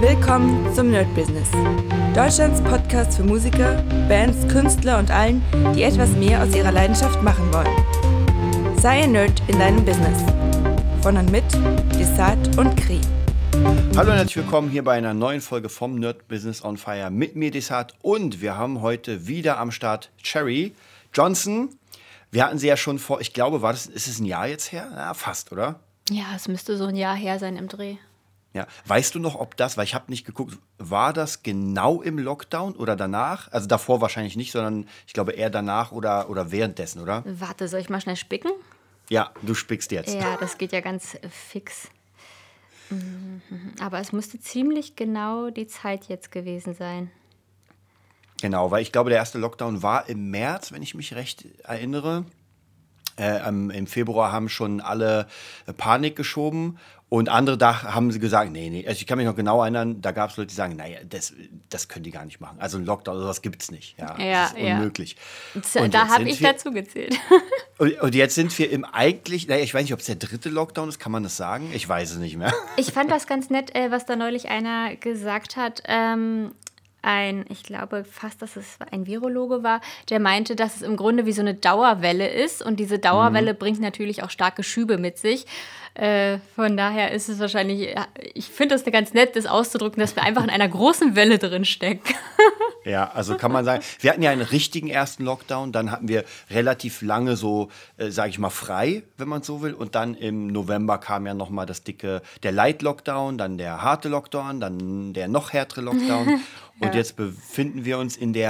Willkommen zum Nerd Business. Deutschlands Podcast für Musiker, Bands, Künstler und allen, die etwas mehr aus ihrer Leidenschaft machen wollen. Sei ein Nerd in deinem Business. Von und mit Desart und Kri. Hallo und herzlich willkommen hier bei einer neuen Folge vom Nerd Business on Fire mit mir, Desart. Und wir haben heute wieder am Start Cherry Johnson. Wir hatten sie ja schon vor, ich glaube, ist es ein Jahr jetzt her? Ja, fast, oder? Ja, es müsste so ein Jahr her sein im Dreh. Ja. Weißt du noch, ob das, weil ich habe nicht geguckt, war das genau im Lockdown oder danach? Also davor wahrscheinlich nicht, sondern ich glaube eher danach oder währenddessen, oder? Warte, soll ich mal schnell spicken? Ja, du spickst jetzt. Ja, das geht ja ganz fix. Aber es müsste ziemlich genau die Zeit jetzt gewesen sein. Genau, weil ich glaube, der erste Lockdown war im März, wenn ich mich recht erinnere. Im Februar haben schon alle Panik geschoben und andere da haben sie gesagt, nee. Also ich kann mich noch genau erinnern, da gab es Leute, die sagen, naja, das können die gar nicht machen. Also ein Lockdown, sowas gibt es nicht. Ja, das ist unmöglich. Und da habe ich dazu gezählt. Und jetzt sind wir im eigentlich, naja, ich weiß nicht, ob es der dritte Lockdown ist, kann man das sagen? Ich weiß es nicht mehr. Ich fand das ganz nett, was da neulich einer gesagt hat. Ich glaube fast, dass es ein Virologe war, der meinte, dass es im Grunde wie so eine Dauerwelle ist. Und diese Dauerwelle bringt natürlich auch starke Schübe mit sich. Von daher ist es wahrscheinlich, ich finde das ganz nett, das auszudrücken, dass wir einfach in einer großen Welle drin stecken. Ja, also kann man sagen, wir hatten ja einen richtigen ersten Lockdown, dann hatten wir relativ lange so, sage ich mal, frei, wenn man so will. Und dann im November kam ja nochmal der Light-Lockdown, dann der harte Lockdown, dann der noch härtere Lockdown. Und jetzt befinden wir uns im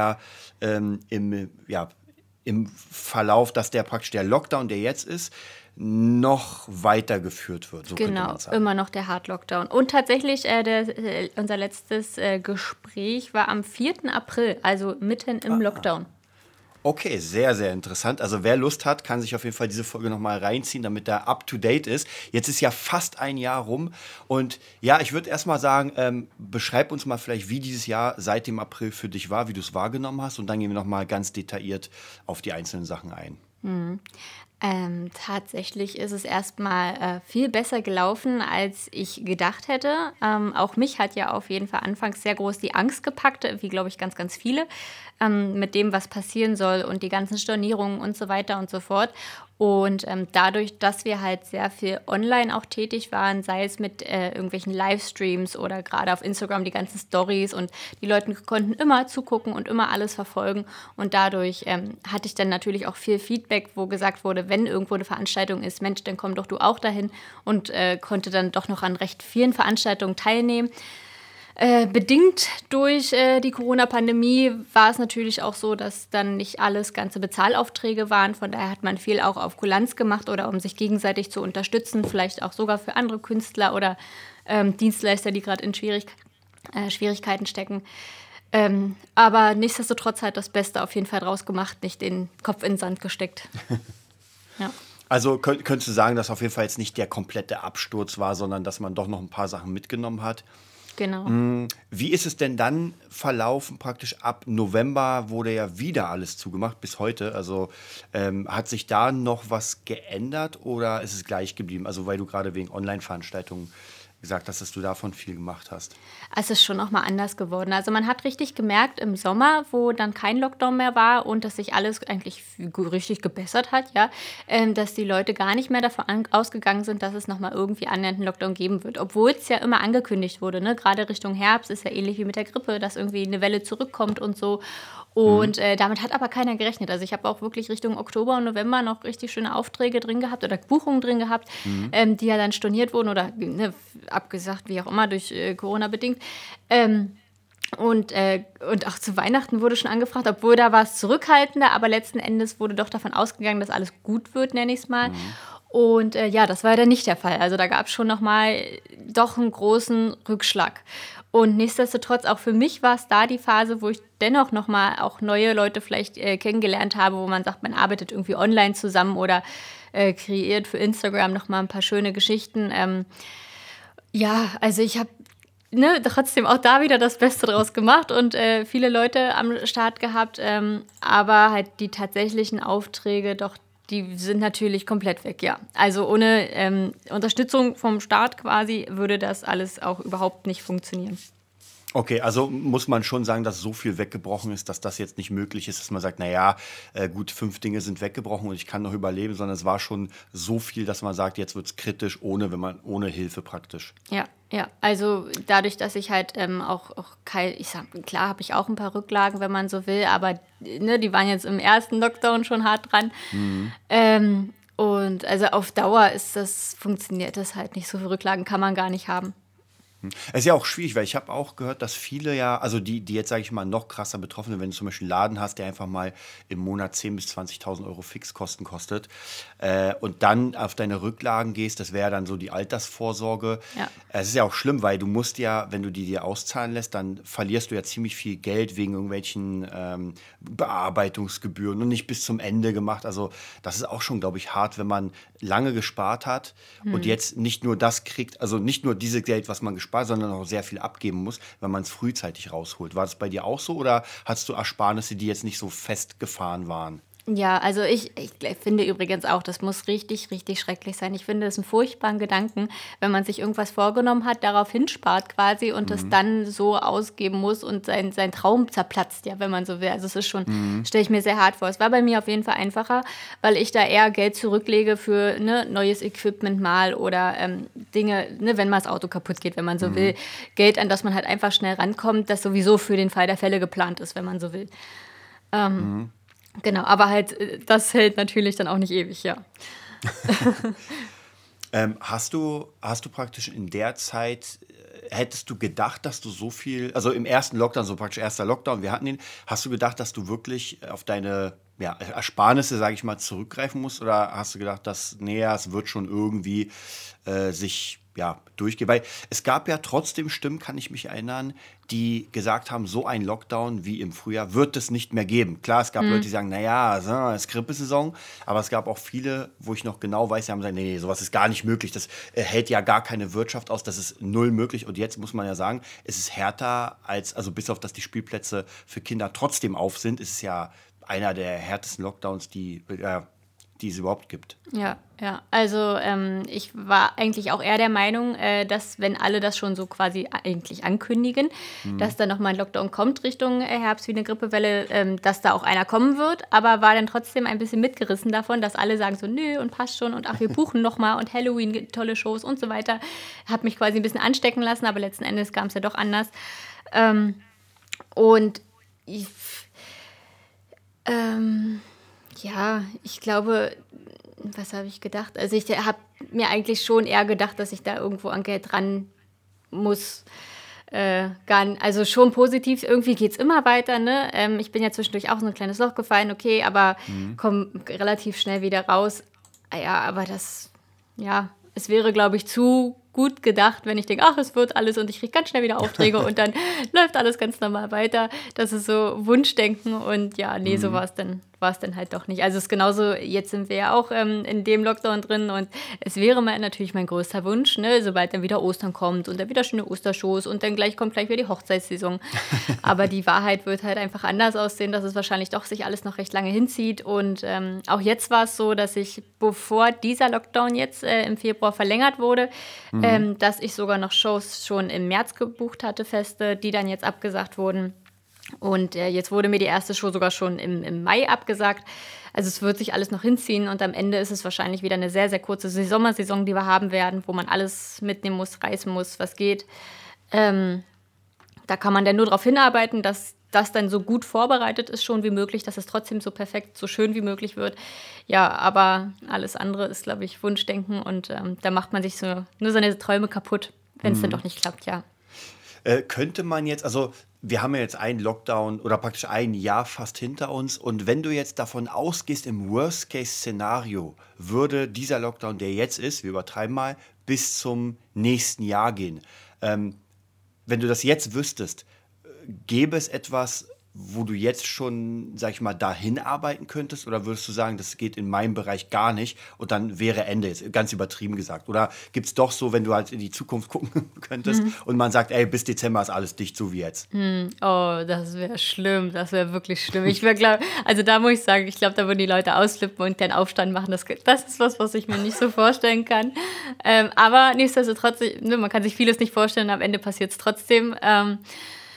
Verlauf, dass praktisch der Lockdown, der jetzt ist, noch weitergeführt wird. So könnte man sagen. Immer noch der Hard-Lockdown. Und tatsächlich, unser letztes Gespräch war am 4. April, also mitten im Lockdown. Okay, sehr, sehr interessant. Also wer Lust hat, kann sich auf jeden Fall diese Folge nochmal reinziehen, damit er up-to-date ist. Jetzt ist ja fast ein Jahr rum. Und ja, ich würde erst mal sagen, beschreib uns mal vielleicht, wie dieses Jahr seit dem April für dich war, wie du es wahrgenommen hast. Und dann gehen wir nochmal ganz detailliert auf die einzelnen Sachen ein. Tatsächlich ist es erstmal viel besser gelaufen, als ich gedacht hätte. Auch mich hat ja auf jeden Fall anfangs sehr groß die Angst gepackt, wie glaube ich ganz, ganz viele, mit dem, was passieren soll und die ganzen Stornierungen und so weiter und so fort. Und dadurch, dass wir halt sehr viel online auch tätig waren, sei es mit irgendwelchen Livestreams oder gerade auf Instagram die ganzen Stories und die Leute konnten immer zugucken und immer alles verfolgen. Und dadurch hatte ich dann natürlich auch viel Feedback, wo gesagt wurde, wenn irgendwo eine Veranstaltung ist, Mensch, dann komm doch du auch dahin und konnte dann doch noch an recht vielen Veranstaltungen teilnehmen. Bedingt durch die Corona-Pandemie war es natürlich auch so, dass dann nicht alles ganze Bezahlaufträge waren. Von daher hat man viel auch auf Kulanz gemacht oder um sich gegenseitig zu unterstützen, vielleicht auch sogar für andere Künstler oder Dienstleister, die gerade in Schwierigkeiten stecken. Aber nichtsdestotrotz hat das Beste auf jeden Fall draus gemacht, nicht den Kopf in den Sand gesteckt. Ja. Also könntest du sagen, dass auf jeden Fall jetzt nicht der komplette Absturz war, sondern dass man doch noch ein paar Sachen mitgenommen hat? Genau. Wie ist es denn dann verlaufen? Praktisch ab November wurde ja wieder alles zugemacht, bis heute. Also hat sich da noch was geändert oder ist es gleich geblieben? Also weil du gerade wegen Online-Veranstaltungen gesagt hast, dass du davon viel gemacht hast. Es ist schon noch mal anders geworden. Also man hat richtig gemerkt im Sommer, wo dann kein Lockdown mehr war und dass sich alles eigentlich richtig gebessert hat, ja, dass die Leute gar nicht mehr davon ausgegangen sind, dass es noch mal irgendwie annähernd einen Lockdown geben wird. Obwohl es ja immer angekündigt wurde, ne? Gerade Richtung Herbst ist ja ähnlich wie mit der Grippe, dass irgendwie eine Welle zurückkommt und so. Und damit hat aber keiner gerechnet. Also ich habe auch wirklich Richtung Oktober und November noch richtig schöne Aufträge drin gehabt oder Buchungen drin gehabt, die ja dann storniert wurden oder abgesagt, wie auch immer, durch Corona bedingt. Und auch zu Weihnachten wurde schon angefragt, obwohl da war es zurückhaltender, aber letzten Endes wurde doch davon ausgegangen, dass alles gut wird, nenne ich es mal. Und das war ja dann nicht der Fall. Also da gab es schon nochmal doch einen großen Rückschlag. Und nichtsdestotrotz, auch für mich war es da die Phase, wo ich dennoch nochmal auch neue Leute vielleicht kennengelernt habe, wo man sagt, man arbeitet irgendwie online zusammen oder kreiert für Instagram nochmal ein paar schöne Geschichten. Also ich habe trotzdem auch da wieder das Beste draus gemacht und viele Leute am Start gehabt, aber halt die tatsächlichen Aufträge doch, die sind natürlich komplett weg, ja. Also ohne Unterstützung vom Staat quasi würde das alles auch überhaupt nicht funktionieren. Okay, also muss man schon sagen, dass so viel weggebrochen ist, dass das jetzt nicht möglich ist, dass man sagt, naja, gut, 5 Dinge sind weggebrochen und ich kann noch überleben, sondern es war schon so viel, dass man sagt, jetzt wird es kritisch, ohne Hilfe praktisch. Ja, ja. Also dadurch, dass ich halt auch klar habe ich auch ein paar Rücklagen, wenn man so will, aber ne, die waren jetzt im ersten Lockdown schon hart dran. Und also auf Dauer funktioniert das halt nicht. So viele Rücklagen kann man gar nicht haben. Es ist ja auch schwierig, weil ich habe auch gehört, dass viele ja, also die jetzt, sage ich mal, noch krasser betroffen sind, wenn du zum Beispiel einen Laden hast, der einfach mal im Monat 10.000 bis 20.000 Euro Fixkosten kostet und dann auf deine Rücklagen gehst, das wäre dann so die Altersvorsorge. Ja. Es ist ja auch schlimm, weil du musst ja, wenn du die dir auszahlen lässt, dann verlierst du ja ziemlich viel Geld wegen irgendwelchen Bearbeitungsgebühren und nicht bis zum Ende gemacht. Also das ist auch schon, glaube ich, hart, wenn man lange gespart hat und jetzt nicht nur das kriegt, also nicht nur dieses Geld, was man gespart, sondern auch sehr viel abgeben muss, wenn man es frühzeitig rausholt. War das bei dir auch so oder hattest du Ersparnisse, die jetzt nicht so festgefahren waren? Ja, also ich finde übrigens auch, das muss richtig, richtig schrecklich sein. Ich finde es einen furchtbaren Gedanken, wenn man sich irgendwas vorgenommen hat, darauf hinspart quasi und das dann so ausgeben muss und sein Traum zerplatzt, ja, wenn man so will. Also es ist schon, stelle ich mir sehr hart vor. Es war bei mir auf jeden Fall einfacher, weil ich da eher Geld zurücklege für neues Equipment mal oder Dinge, wenn mal das Auto kaputt geht, wenn man so will. Geld, an das man halt einfach schnell rankommt, das sowieso für den Fall der Fälle geplant ist, wenn man so will. Genau, aber halt, das hält natürlich dann auch nicht ewig, ja. Hast du praktisch in der Zeit, hättest du gedacht, dass du so viel, also im ersten Lockdown, so praktisch erster Lockdown, wir hatten ihn, hast du gedacht, dass du wirklich auf deine Ersparnisse, sage ich mal, zurückgreifen musst? Oder hast du gedacht, dass, es wird schon irgendwie sich durchgehen? Weil es gab ja trotzdem Stimmen, kann ich mich erinnern, die gesagt haben, so ein Lockdown wie im Frühjahr wird es nicht mehr geben. Klar, es gab Leute, die sagen, es ist Grippesaison, aber es gab auch viele, wo ich noch genau weiß, die haben gesagt, nee, sowas ist gar nicht möglich, das hält ja gar keine Wirtschaft aus, das ist null möglich. Und jetzt muss man ja sagen, es ist härter als, also bis auf, dass die Spielplätze für Kinder trotzdem auf sind, ist es ja einer der härtesten Lockdowns, die es überhaupt gibt. Ja. Also ich war eigentlich auch eher der Meinung, dass wenn alle das schon so quasi eigentlich ankündigen, dass dann nochmal ein Lockdown kommt Richtung Herbst wie eine Grippewelle, dass da auch einer kommen wird, aber war dann trotzdem ein bisschen mitgerissen davon, dass alle sagen so, nö und passt schon und ach, wir buchen nochmal und Halloween, tolle Shows und so weiter. Hab mich quasi ein bisschen anstecken lassen, aber letzten Endes kam es ja doch anders. Ich glaube, was habe ich gedacht? Also ich habe mir eigentlich schon eher gedacht, dass ich da irgendwo an Geld ran muss. Also schon positiv, irgendwie geht es immer weiter. Ne? Ich bin ja zwischendurch auch so ein kleines Loch gefallen, okay, aber komme relativ schnell wieder raus. Ja, aber es wäre, glaube ich, zu gut gedacht, wenn ich denke, ach, es wird alles und ich kriege ganz schnell wieder Aufträge und dann läuft alles ganz normal weiter. Das ist so Wunschdenken und so war es dann halt doch nicht. Also es ist genauso, jetzt sind wir ja auch in dem Lockdown drin und es wäre natürlich mein größter Wunsch, ne, sobald dann wieder Ostern kommt und dann wieder schöne Ostershows und dann kommt gleich wieder die Hochzeitssaison. Aber die Wahrheit wird halt einfach anders aussehen, dass es wahrscheinlich doch sich alles noch recht lange hinzieht und auch jetzt war es so, dass ich, bevor dieser Lockdown jetzt im Februar verlängert wurde, dass ich sogar noch Shows schon im März gebucht hatte, feste, die dann jetzt abgesagt wurden. Und jetzt wurde mir die erste Show sogar schon im Mai abgesagt. Also es wird sich alles noch hinziehen und am Ende ist es wahrscheinlich wieder eine sehr, sehr kurze Sommersaison, die wir haben werden, wo man alles mitnehmen muss, reißen muss, was geht. Da kann man dann nur darauf hinarbeiten, dass das dann so gut vorbereitet ist schon wie möglich, dass es trotzdem so perfekt, so schön wie möglich wird. Ja, aber alles andere ist, glaube ich, Wunschdenken und da macht man sich nur seine Träume kaputt, wenn es dann doch nicht klappt, ja. Könnte man jetzt, also wir haben ja jetzt einen Lockdown oder praktisch ein Jahr fast hinter uns und wenn du jetzt davon ausgehst, im Worst-Case-Szenario würde dieser Lockdown, der jetzt ist, wir übertreiben mal, bis zum nächsten Jahr gehen. Wenn du das jetzt wüsstest, gäbe es etwas, wo du jetzt schon, sag ich mal, dahin arbeiten könntest? Oder würdest du sagen, das geht in meinem Bereich gar nicht und dann wäre Ende, jetzt ganz übertrieben gesagt? Oder gibt es doch so, wenn du halt in die Zukunft gucken könntest und man sagt, ey, bis Dezember ist alles dicht, so wie jetzt? Oh, das wäre schlimm, das wäre wirklich schlimm. Also da muss ich sagen, ich glaube, da würden die Leute ausflippen und den Aufstand machen. Das ist was ich mir nicht so vorstellen kann. Aber nichtsdestotrotz, man kann sich vieles nicht vorstellen, am Ende passiert es trotzdem.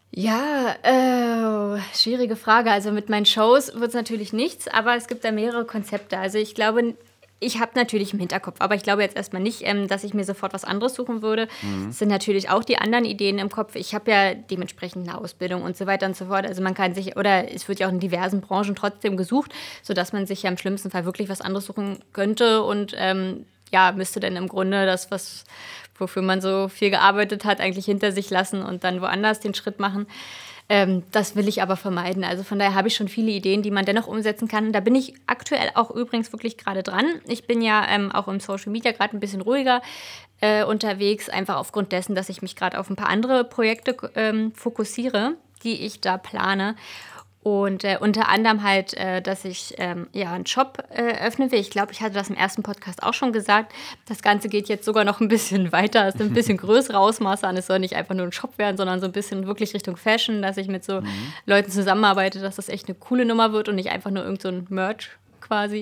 Ja, schwierige Frage. Also mit meinen Shows wird es natürlich nichts, aber es gibt da mehrere Konzepte. Also ich glaube, ich habe natürlich im Hinterkopf, aber ich glaube jetzt erstmal nicht, dass ich mir sofort was anderes suchen würde. Es sind natürlich auch die anderen Ideen im Kopf. Ich habe ja dementsprechend eine Ausbildung und so weiter und so fort. Also man kann sich, oder es wird ja auch in diversen Branchen trotzdem gesucht, sodass man sich ja im schlimmsten Fall wirklich was anderes suchen könnte und müsste dann im Grunde das, wofür man so viel gearbeitet hat, eigentlich hinter sich lassen und dann woanders den Schritt machen. Das will ich aber vermeiden. Also von daher habe ich schon viele Ideen, die man dennoch umsetzen kann. Da bin ich aktuell auch übrigens wirklich gerade dran. Ich bin ja auch im Social Media gerade ein bisschen ruhiger unterwegs, einfach aufgrund dessen, dass ich mich gerade auf ein paar andere Projekte fokussiere, die ich da plane. Und unter anderem halt, dass ich einen Shop öffnen will. Ich glaube, ich hatte das im ersten Podcast auch schon gesagt. Das Ganze geht jetzt sogar noch ein bisschen weiter. Es nimmt ein bisschen größere Ausmaße an. Es soll nicht einfach nur ein Shop werden, sondern so ein bisschen wirklich Richtung Fashion, dass ich mit so Leuten zusammenarbeite, dass das echt eine coole Nummer wird und nicht einfach nur irgend so ein Merch quasi.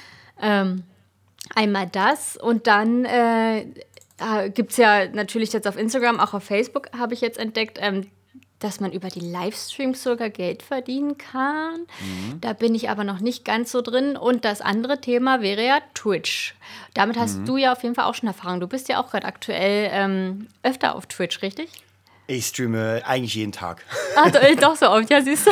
Einmal das und dann gibt es ja natürlich jetzt auf Instagram, auch auf Facebook habe ich jetzt entdeckt, dass man über die Livestreams sogar Geld verdienen kann. Da bin ich aber noch nicht ganz so drin. Und das andere Thema wäre ja Twitch. Damit hast du ja auf jeden Fall auch schon Erfahrung. Du bist ja auch gerade aktuell öfter auf Twitch, richtig? Ich streame eigentlich jeden Tag. Ach, doch so oft, ja, siehst du.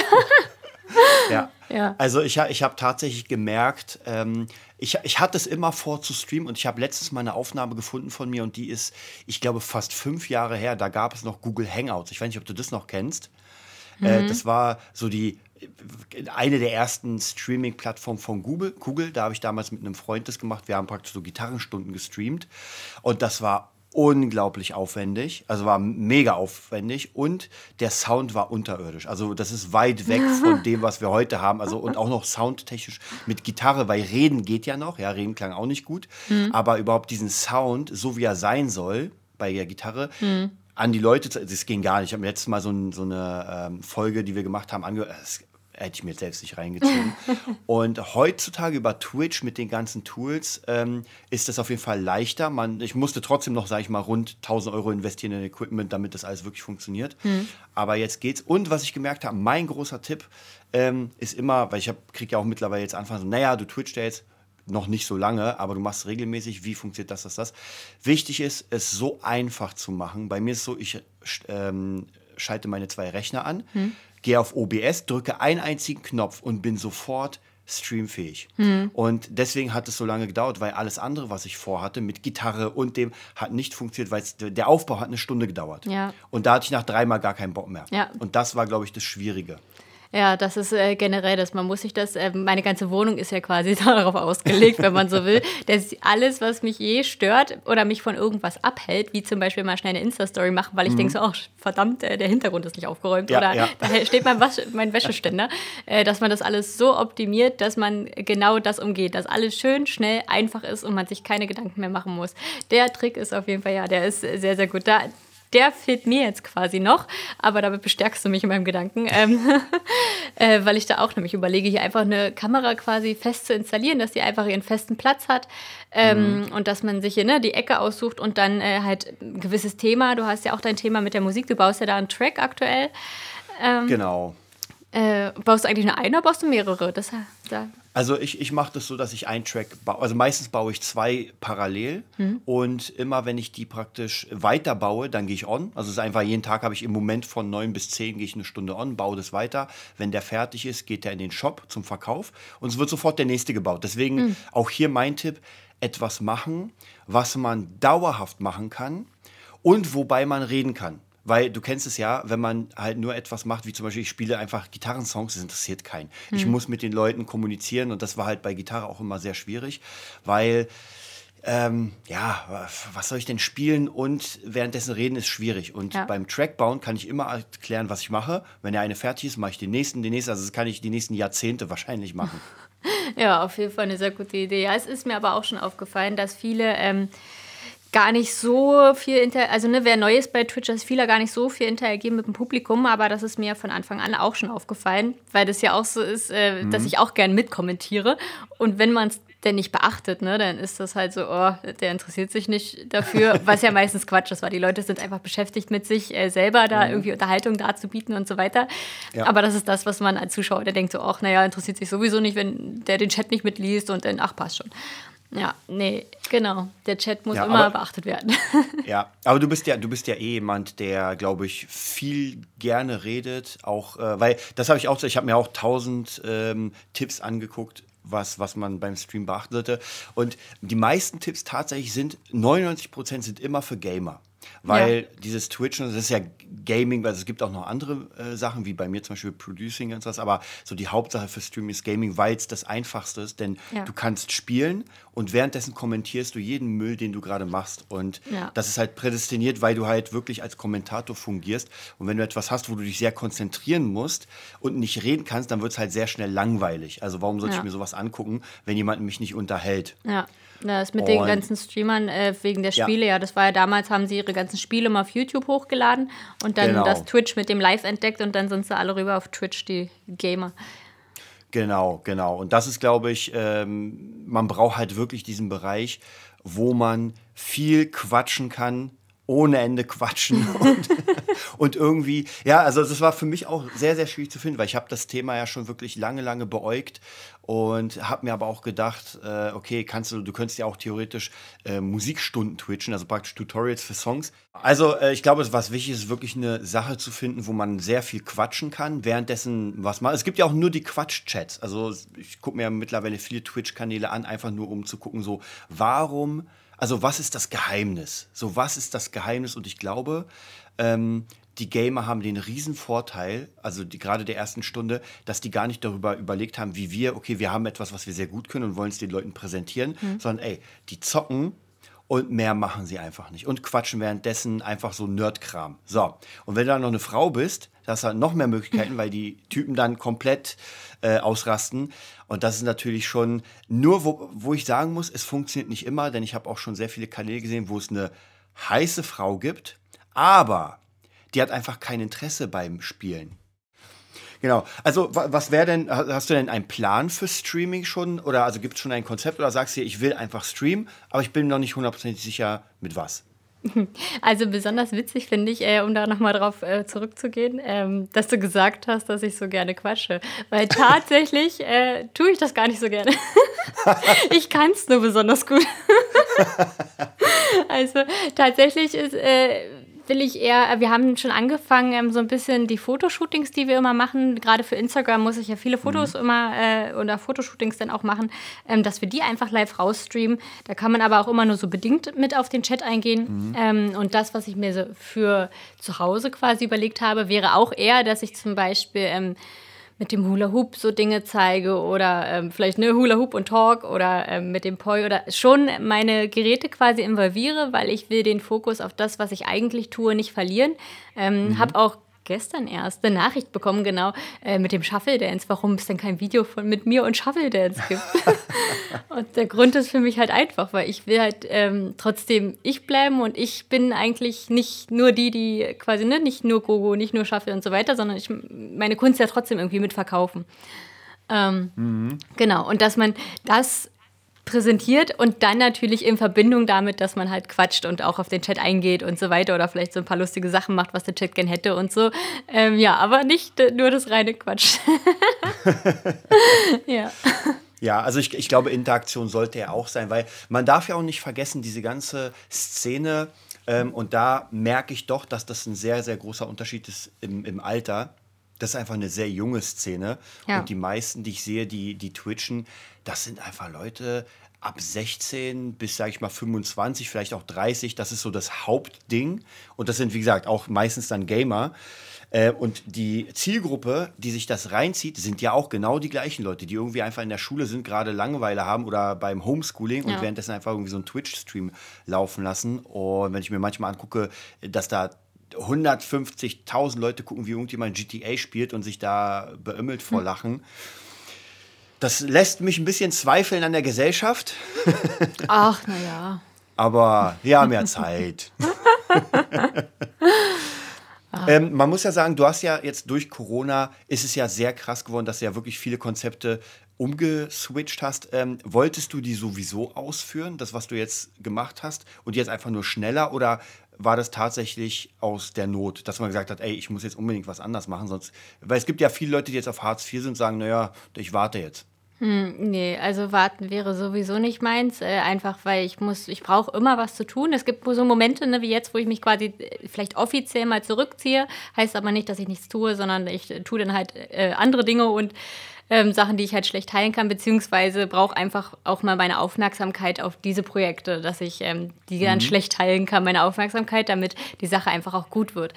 Ja. Also ich habe tatsächlich gemerkt, ich hatte es immer vor zu streamen und ich habe letztens mal eine Aufnahme gefunden von mir und die ist, ich glaube, fast 5 Jahre her. Da gab es noch Google Hangouts. Ich weiß nicht, ob du das noch kennst. Das war so eine der ersten Streaming-Plattformen von Google. Da habe ich damals mit einem Freund das gemacht. Wir haben praktisch so Gitarrenstunden gestreamt und das war unglaublich aufwendig, also war mega aufwendig und der Sound war unterirdisch. Also das ist weit weg von dem, was wir heute haben. Also und auch noch soundtechnisch mit Gitarre, weil Reden geht ja noch. Ja, Reden klang auch nicht gut. Aber überhaupt diesen Sound, so wie er sein soll bei der Gitarre, an die Leute, das ging gar nicht. Ich habe mir letztes Mal so eine Folge, die wir gemacht haben, angehört. Hätte ich mir jetzt selbst nicht reingezogen. Und heutzutage über Twitch mit den ganzen Tools ist das auf jeden Fall leichter. Ich musste trotzdem noch, sage ich mal, rund 1.000 Euro investieren in Equipment, damit das alles wirklich funktioniert. Aber jetzt geht's. Und was ich gemerkt habe, mein großer Tipp ist immer, weil kriege ja auch mittlerweile jetzt Anfang so, naja, du twitchst ja jetzt noch nicht so lange, aber du machst es regelmäßig. Wie funktioniert das? Wichtig ist, es so einfach zu machen. Bei mir ist es so, ich schalte meine 2 Rechner an, gehe auf OBS, drücke einen einzigen Knopf und bin sofort streamfähig. Und deswegen hat es so lange gedauert, weil alles andere, was ich vorhatte, mit Gitarre und dem, hat nicht funktioniert, weil der Aufbau hat 1 Stunde gedauert. Ja. Und da hatte ich nach 3 Mal gar keinen Bock mehr. Ja. Und das war, glaube ich, das Schwierige. Ja, das ist generell das. Man muss sich das, meine ganze Wohnung ist ja quasi darauf ausgelegt, wenn man so will, dass alles, was mich je stört oder mich von irgendwas abhält, wie zum Beispiel mal schnell eine Insta-Story machen, weil ich denke so, ach verdammt, der Hintergrund ist nicht aufgeräumt da steht mein Wäscheständer, dass man das alles so optimiert, dass man genau das umgeht, dass alles schön, schnell, einfach ist und man sich keine Gedanken mehr machen muss. Der Trick ist auf jeden Fall, der ist sehr, sehr gut. Der fehlt mir jetzt quasi noch, aber damit bestärkst du mich in meinem Gedanken, weil ich da auch nämlich überlege, hier einfach eine Kamera quasi fest zu installieren, dass die einfach ihren festen Platz hat und dass man sich hier die Ecke aussucht und dann halt ein gewisses Thema. Du hast ja auch dein Thema mit der Musik, du baust ja da einen Track aktuell. Genau. Baust du eigentlich nur einen oder baust du mehrere? Also ich mache das so, dass ich einen Track baue. Also meistens baue ich 2 parallel und immer, wenn ich die praktisch weiter baue, dann gehe ich on. Also es ist einfach, jeden Tag habe ich im Moment von 9 bis 10 gehe ich 1 Stunde on, baue das weiter. Wenn der fertig ist, geht der in den Shop zum Verkauf und es wird sofort der nächste gebaut. Deswegen auch hier mein Tipp, etwas machen, was man dauerhaft machen kann und wobei man reden kann. Weil du kennst es ja, wenn man halt nur etwas macht, wie zum Beispiel, ich spiele einfach Gitarrensongs, das interessiert keinen. Ich muss mit den Leuten kommunizieren und das war halt bei Gitarre auch immer sehr schwierig, weil, was soll ich denn spielen und währenddessen reden ist schwierig. Und beim Trackbauen kann ich immer erklären, was ich mache. Wenn der eine fertig ist, mache ich den nächsten. Also das kann ich die nächsten Jahrzehnte wahrscheinlich machen. Ja, auf jeden Fall eine sehr gute Idee. Ja, es ist mir aber auch schon aufgefallen, dass viele gar nicht so viel wer neu ist bei Twitch, dass viele gar nicht so viel interagieren mit dem Publikum, aber das ist mir von Anfang an auch schon aufgefallen, weil das ja auch so ist, dass ich auch gern mitkommentiere und wenn man es denn nicht beachtet, ne? Dann ist das halt so, oh, der interessiert sich nicht dafür, was ja meistens Quatsch ist, weil die Leute sind einfach beschäftigt mit sich selber, da irgendwie Unterhaltung darzubieten und so weiter. Ja. Aber das ist das, was man als Zuschauer, der denkt so, ach, naja, interessiert sich sowieso nicht, wenn der den Chat nicht mitliest und dann, ach, passt schon. Ja, nee, genau. Der Chat muss immer beachtet werden. Ja, aber du bist ja eh jemand, der, glaube ich, viel gerne redet, auch, weil, das habe ich auch, ich habe mir auch 1000 Tipps angeguckt, was man beim Stream beachten sollte. Und die meisten Tipps tatsächlich 99% sind immer für Gamer. Weil dieses Twitch, das ist ja Gaming, weil es gibt auch noch andere Sachen, wie bei mir zum Beispiel Producing und sowas, aber so die Hauptsache für Streaming ist Gaming, weil es das Einfachste ist, denn du kannst spielen und währenddessen kommentierst du jeden Müll, den du gerade machst. Und das ist halt prädestiniert, weil du halt wirklich als Kommentator fungierst. Und wenn du etwas hast, wo du dich sehr konzentrieren musst und nicht reden kannst, dann wird es halt sehr schnell langweilig. Also warum sollte ich mir sowas angucken, wenn jemand mich nicht unterhält? Ja. Das mit den ganzen Streamern wegen der Spiele, das war ja damals, haben sie ihre ganzen Spiele mal auf YouTube hochgeladen und dann das Twitch mit dem Live entdeckt und dann sind sie alle rüber auf Twitch, die Gamer. Genau. Und das ist, glaube ich, man braucht halt wirklich diesen Bereich, wo man viel quatschen kann, ohne Ende quatschen und irgendwie, also das war für mich auch sehr, sehr schwierig zu finden, weil ich habe das Thema ja schon wirklich lange beäugt und habe mir aber auch gedacht, okay, du könntest ja auch theoretisch Musikstunden twitchen, also praktisch Tutorials für Songs. Also ich glaube, was wichtig ist, wirklich eine Sache zu finden, wo man sehr viel quatschen kann, währenddessen was man, es gibt ja auch nur die Quatsch-Chats, also ich gucke mir mittlerweile viele Twitch-Kanäle an, einfach nur um zu gucken, so, was ist das Geheimnis? So, was ist das Geheimnis? Und ich glaube, die Gamer haben den riesen Vorteil, also gerade der ersten Stunde, dass die gar nicht darüber überlegt haben, wie wir haben etwas, was wir sehr gut können und wollen es den Leuten präsentieren, sondern die zocken und mehr machen sie einfach nicht und quatschen währenddessen einfach so Nerdkram. So, und wenn du dann noch eine Frau bist, hast du halt noch mehr Möglichkeiten, weil die Typen dann komplett ausrasten. Und das ist natürlich schon nur, wo ich sagen muss, es funktioniert nicht immer, denn ich habe auch schon sehr viele Kanäle gesehen, wo es eine heiße Frau gibt, aber die hat einfach kein Interesse beim Spielen. Genau. Also, was wäre denn, hast du denn einen Plan für Streaming schon? Oder also gibt es schon ein Konzept oder sagst du, ich will einfach streamen, aber ich bin noch nicht 100% sicher, mit was? Also besonders witzig finde ich, um da nochmal drauf zurückzugehen, dass du gesagt hast, dass ich so gerne quatsche. Weil tatsächlich tue ich das gar nicht so gerne. Ich kann es nur besonders gut. Also tatsächlich will ich eher, wir haben schon angefangen, so ein bisschen die Fotoshootings, die wir immer machen, gerade für Instagram muss ich ja viele Fotos immer oder Fotoshootings dann auch machen, dass wir die einfach live rausstreamen. Da kann man aber auch immer nur so bedingt mit auf den Chat eingehen. Und das, was ich mir so für zu Hause quasi überlegt habe, wäre auch eher, dass ich zum Beispiel mit dem Hula Hoop so Dinge zeige oder vielleicht Hula Hoop und Talk oder mit dem Poi oder schon meine Geräte quasi involviere, weil ich will den Fokus auf das, was ich eigentlich tue, nicht verlieren. Habe auch gestern erst eine Nachricht bekommen, genau, mit dem Shuffle Dance, warum es denn kein Video mit mir und Shuffle Dance gibt. Und der Grund ist für mich halt einfach, weil ich will halt trotzdem ich bleiben und ich bin eigentlich nicht nur die quasi, nicht nur Gogo, nicht nur Shuffle und so weiter, sondern meine Kunst ja trotzdem irgendwie mitverkaufen. Genau, und dass man das präsentiert und dann natürlich in Verbindung damit, dass man halt quatscht und auch auf den Chat eingeht und so weiter oder vielleicht so ein paar lustige Sachen macht, was der Chat gern hätte und so. Aber nicht nur das reine Quatsch. Ja. Ja, also ich glaube, Interaktion sollte ja auch sein, weil man darf ja auch nicht vergessen, diese ganze Szene, und da merke ich doch, dass das ein sehr, sehr großer Unterschied ist im Alter. Das ist einfach eine sehr junge Szene. Ja. Und die meisten, die ich sehe, die twitchen, das sind einfach Leute ab 16 bis, sage ich mal, 25, vielleicht auch 30. Das ist so das Hauptding. Und das sind, wie gesagt, auch meistens dann Gamer. Und die Zielgruppe, die sich das reinzieht, sind ja auch genau die gleichen Leute, die irgendwie einfach in der Schule sind, gerade Langeweile haben oder beim Homeschooling und währenddessen einfach irgendwie so einen Twitch-Stream laufen lassen. Und wenn ich mir manchmal angucke, dass da 150.000 Leute gucken, wie irgendjemand GTA spielt und sich da beömmelt vor Lachen. Das lässt mich ein bisschen zweifeln an der Gesellschaft. Ach, naja. Aber wir haben ja Zeit. Man muss ja sagen, du hast ja jetzt durch Corona, ist es ja sehr krass geworden, dass du ja wirklich viele Konzepte umgeswitcht hast. Wolltest du die sowieso ausführen, das, was du jetzt gemacht hast, und jetzt einfach nur schneller, oder war das tatsächlich aus der Not, dass man gesagt hat, ey, ich muss jetzt unbedingt was anders machen, sonst, weil es gibt ja viele Leute, die jetzt auf Hartz IV sind und sagen, naja, ich warte jetzt. Nee, also warten wäre sowieso nicht meins, einfach weil ich brauche immer was zu tun. Es gibt so Momente, ne, wie jetzt, wo ich mich quasi vielleicht offiziell mal zurückziehe, heißt aber nicht, dass ich nichts tue, sondern ich tue dann halt andere Dinge und Sachen, die ich halt schlecht teilen kann, beziehungsweise brauche einfach auch mal meine Aufmerksamkeit auf diese Projekte, dass ich die dann schlecht teilen kann, meine Aufmerksamkeit, damit die Sache einfach auch gut wird.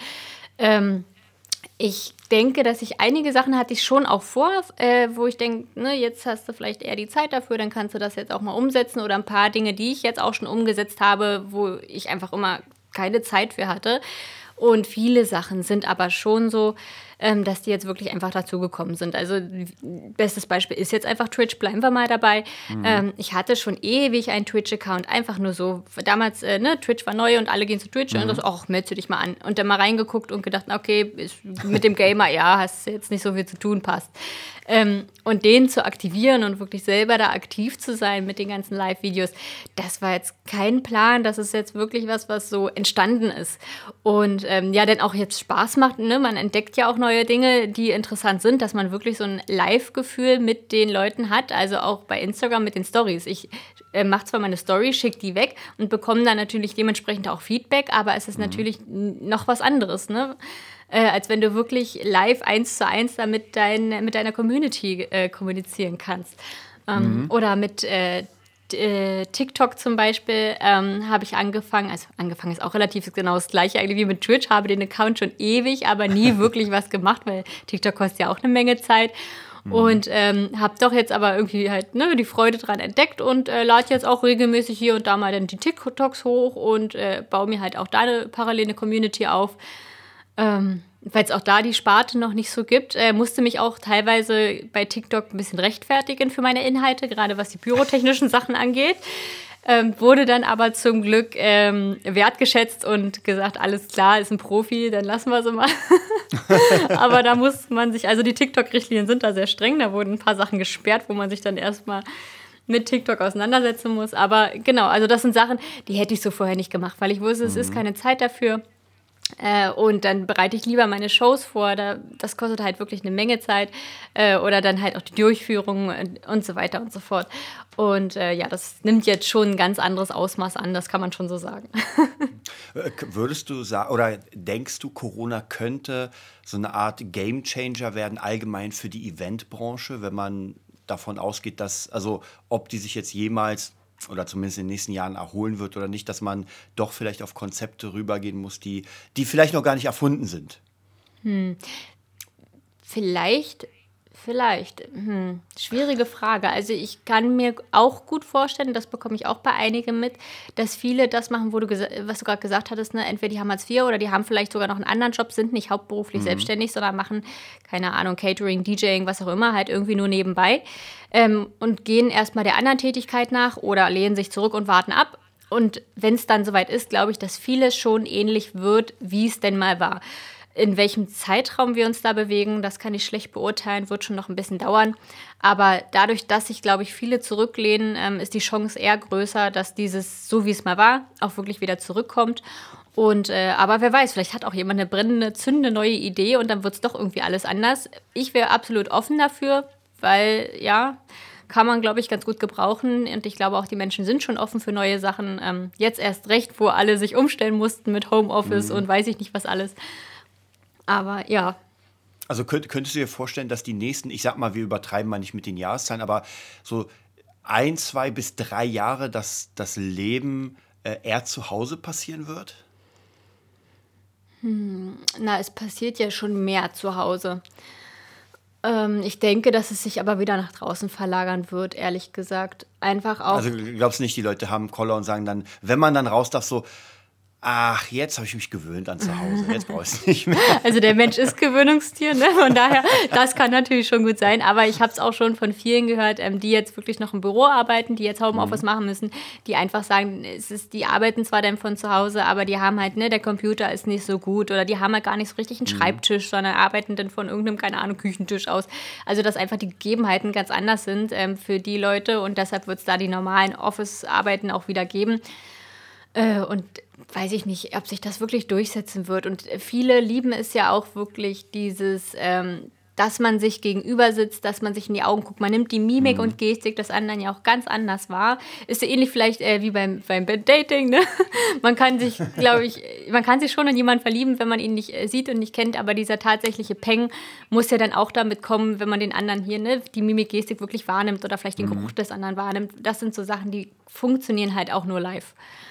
Ich denke, dass ich einige Sachen hatte ich schon auch vor, wo ich denke, ne, jetzt hast du vielleicht eher die Zeit dafür, dann kannst du das jetzt auch mal umsetzen, oder ein paar Dinge, die ich jetzt auch schon umgesetzt habe, wo ich einfach immer keine Zeit für hatte. Und viele Sachen sind aber schon so, dass die jetzt wirklich einfach dazugekommen sind. Also bestes Beispiel ist jetzt einfach Twitch, bleiben wir mal dabei. Ich hatte schon ewig einen Twitch-Account, einfach nur so. Damals, Twitch war neu und alle gehen zu Twitch und so, ach, melde dich mal an. Und dann mal reingeguckt und gedacht, okay, mit dem Gamer, ja, hast jetzt nicht so viel zu tun, passt. Und den zu aktivieren und wirklich selber da aktiv zu sein mit den ganzen Live-Videos, das war jetzt kein Plan, das ist jetzt wirklich was so entstanden ist. Und denn auch jetzt Spaß macht, ne? Man entdeckt ja auch neue Dinge, die interessant sind, dass man wirklich so ein Live-Gefühl mit den Leuten hat, also auch bei Instagram mit den Stories. Ich mache zwar meine Story, schicke die weg und bekomme dann natürlich dementsprechend auch Feedback, aber es ist natürlich noch was anderes, ne? Als wenn du wirklich live 1:1 da mit deiner Community kommunizieren kannst. Oder mit TikTok zum Beispiel habe ich angefangen, also angefangen ist auch relativ genau das Gleiche eigentlich wie mit Twitch, habe den Account schon ewig, aber nie wirklich was gemacht, weil TikTok kostet ja auch eine Menge Zeit. Und habe doch jetzt aber irgendwie halt die Freude dran entdeckt und lade jetzt auch regelmäßig hier und da mal dann die TikToks hoch und baue mir halt auch da parallele Community auf. Weil es auch da die Sparte noch nicht so gibt, musste mich auch teilweise bei TikTok ein bisschen rechtfertigen für meine Inhalte, gerade was die pyrotechnischen Sachen angeht. Wurde dann aber zum Glück wertgeschätzt und gesagt, alles klar, ist ein Profi, dann lassen wir sie mal. Aber da muss man sich, also die TikTok-Richtlinien sind da sehr streng, da wurden ein paar Sachen gesperrt, wo man sich dann erstmal mit TikTok auseinandersetzen muss. Aber genau, also das sind Sachen, die hätte ich so vorher nicht gemacht, weil ich wusste, es ist keine Zeit dafür. Und dann bereite ich lieber meine Shows vor, das kostet halt wirklich eine Menge Zeit, oder dann halt auch die Durchführung und so weiter und so fort. Und das nimmt jetzt schon ein ganz anderes Ausmaß an, das kann man schon so sagen. Würdest du sagen, oder denkst du, Corona könnte so eine Art Gamechanger werden, allgemein für die Eventbranche, wenn man davon ausgeht, dass, also ob die sich jetzt jemals oder zumindest in den nächsten Jahren erholen wird oder nicht, dass man doch vielleicht auf Konzepte rübergehen muss, die vielleicht noch gar nicht erfunden sind? Vielleicht. Schwierige Frage. Also ich kann mir auch gut vorstellen, das bekomme ich auch bei einigen mit, dass viele das machen, was du gerade gesagt hattest, ne? Entweder die haben Hartz IV oder die haben vielleicht sogar noch einen anderen Job, sind nicht hauptberuflich selbstständig, sondern machen, keine Ahnung, Catering, DJing, was auch immer, halt irgendwie nur nebenbei, und gehen erstmal der anderen Tätigkeit nach oder lehnen sich zurück und warten ab. Und wenn es dann soweit ist, glaube ich, dass vieles schon ähnlich wird, wie es denn mal war. In welchem Zeitraum wir uns da bewegen, das kann ich schlecht beurteilen, wird schon noch ein bisschen dauern. Aber dadurch, dass sich, glaube ich, viele zurücklehnen, ist die Chance eher größer, dass dieses, so wie es mal war, auch wirklich wieder zurückkommt. Und aber wer weiß, vielleicht hat auch jemand eine brennende, zündende neue Idee und dann wird es doch irgendwie alles anders. Ich wäre absolut offen dafür, weil, ja, kann man, glaube ich, ganz gut gebrauchen. Und ich glaube auch, die Menschen sind schon offen für neue Sachen. Jetzt erst recht, wo alle sich umstellen mussten mit Homeoffice und weiß ich nicht was alles. Aber ja. Also könntest du dir vorstellen, dass die nächsten, ich sag mal, wir übertreiben mal nicht mit den Jahreszahlen, aber so 1, 2 bis 3 Jahre, dass das Leben eher zu Hause passieren wird? Es passiert ja schon mehr zu Hause. Ich denke, dass es sich aber wieder nach draußen verlagern wird, ehrlich gesagt. Einfach auch. Also glaubst du nicht, die Leute haben Koller und sagen dann, wenn man dann raus darf, so, Ach, jetzt habe ich mich gewöhnt an zu Hause. Jetzt brauche ich es nicht mehr. Also der Mensch ist Gewöhnungstier, ne? Von daher, das kann natürlich schon gut sein. Aber ich habe es auch schon von vielen gehört, die jetzt wirklich noch im Büro arbeiten, die jetzt Homeoffice machen müssen, die einfach sagen, die arbeiten zwar dann von zu Hause, aber die haben halt, ne, der Computer ist nicht so gut oder die haben halt gar nicht so richtig einen Schreibtisch, sondern arbeiten dann von irgendeinem, keine Ahnung, Küchentisch aus. Also dass einfach die Gegebenheiten ganz anders sind für die Leute und deshalb wird es da die normalen Office-Arbeiten auch wieder geben. Und weiß ich nicht, ob sich das wirklich durchsetzen wird. Und viele lieben es ja auch wirklich dieses, dass man sich gegenüber sitzt, dass man sich in die Augen guckt. Man nimmt die Mimik und Gestik des anderen ja auch ganz anders wahr. Ist ja ähnlich vielleicht wie beim Dating, ne? Man kann sich, glaube ich, schon in jemanden verlieben, wenn man ihn nicht sieht und nicht kennt, aber dieser tatsächliche Peng muss ja dann auch damit kommen, wenn man den anderen hier, ne, die Mimik, Gestik wirklich wahrnimmt oder vielleicht den Geruch des anderen wahrnimmt. Das sind so Sachen, die funktionieren halt auch nur live.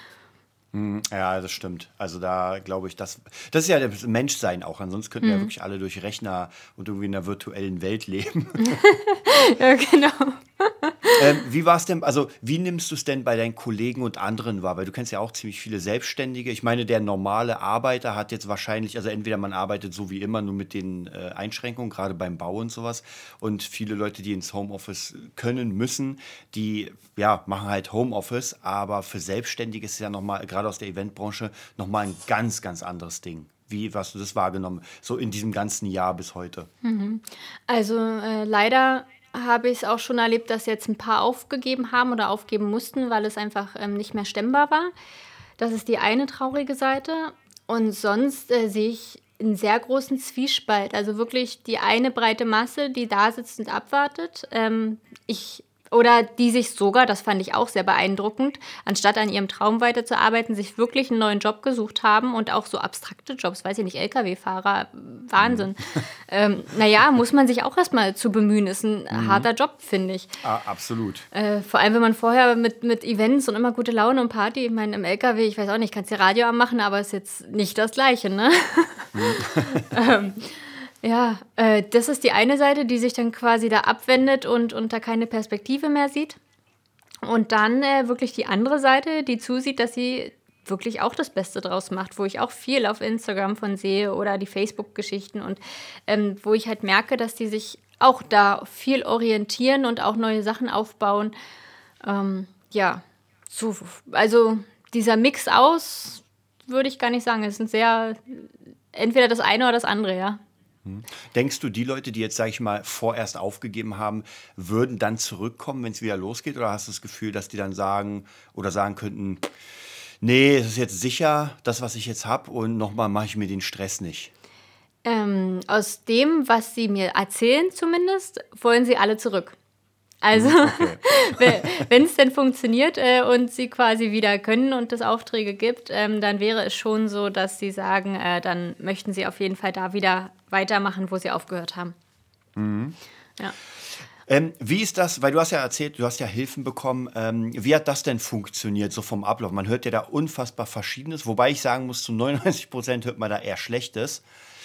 Ja, das stimmt. Also da glaube ich, das ist ja das Menschsein auch. Ansonsten könnten wir ja wirklich alle durch Rechner und irgendwie in einer virtuellen Welt leben. Ja, genau. Wie war es denn, also wie nimmst du es denn bei deinen Kollegen und anderen wahr? Weil du kennst ja auch ziemlich viele Selbstständige. Ich meine, der normale Arbeiter hat jetzt wahrscheinlich, also entweder man arbeitet so wie immer, nur mit den Einschränkungen, gerade beim Bau und sowas. Und viele Leute, die ins Homeoffice können, müssen, die ja, machen halt Homeoffice. Aber für Selbstständige ist es ja nochmal, gerade aus der Eventbranche, nochmal ein ganz, ganz anderes Ding. Wie hast du das wahrgenommen, so in diesem ganzen Jahr bis heute? Also leider habe ich es auch schon erlebt, dass jetzt ein paar aufgegeben haben oder aufgeben mussten, weil es einfach nicht mehr stemmbar war. Das ist die eine traurige Seite. Und sonst sehe ich einen sehr großen Zwiespalt. Also wirklich die eine breite Masse, die da sitzt und abwartet. Oder die sich sogar, das fand ich auch sehr beeindruckend, anstatt an ihrem Traum weiterzuarbeiten, sich wirklich einen neuen Job gesucht haben und auch so abstrakte Jobs, weiß ich nicht, LKW-Fahrer, Wahnsinn. Naja, muss man sich auch erstmal zu bemühen, ist ein harter Job, finde ich. Ah, absolut. Vor allem, wenn man vorher mit Events und immer gute Laune und Party, ich meine, im LKW, ich weiß auch nicht, kannst du Radio anmachen, aber ist jetzt nicht das Gleiche, ne? Ja, das ist die eine Seite, die sich dann quasi da abwendet und da keine Perspektive mehr sieht. Und dann wirklich die andere Seite, die zusieht, dass sie wirklich auch das Beste draus macht, wo ich auch viel auf Instagram von sehe oder die Facebook-Geschichten und wo ich halt merke, dass die sich auch da viel orientieren und auch neue Sachen aufbauen. Ja, so, also dieser Mix aus, würde ich gar nicht sagen. Es sind sehr, entweder das eine oder das andere, ja. Denkst du, die Leute, die jetzt, sag ich mal, vorerst aufgegeben haben, würden dann zurückkommen, wenn es wieder losgeht? Oder hast du das Gefühl, dass die dann sagen oder sagen könnten, nee, es ist jetzt sicher, das, was ich jetzt habe und nochmal mache ich mir den Stress nicht? Aus dem, was sie mir erzählen zumindest, wollen sie alle zurück. Also, Okay. wenn es denn funktioniert und sie quasi wieder können und es Aufträge gibt, dann wäre es schon so, dass sie sagen, dann möchten sie auf jeden Fall da wieder weitermachen, wo sie aufgehört haben. Ja. Wie ist das, weil du hast ja erzählt, du hast ja Hilfen bekommen, wie hat das denn funktioniert, so vom Ablauf? Man hört ja da unfassbar Verschiedenes, wobei ich sagen muss, zu 99% hört man da eher Schlechtes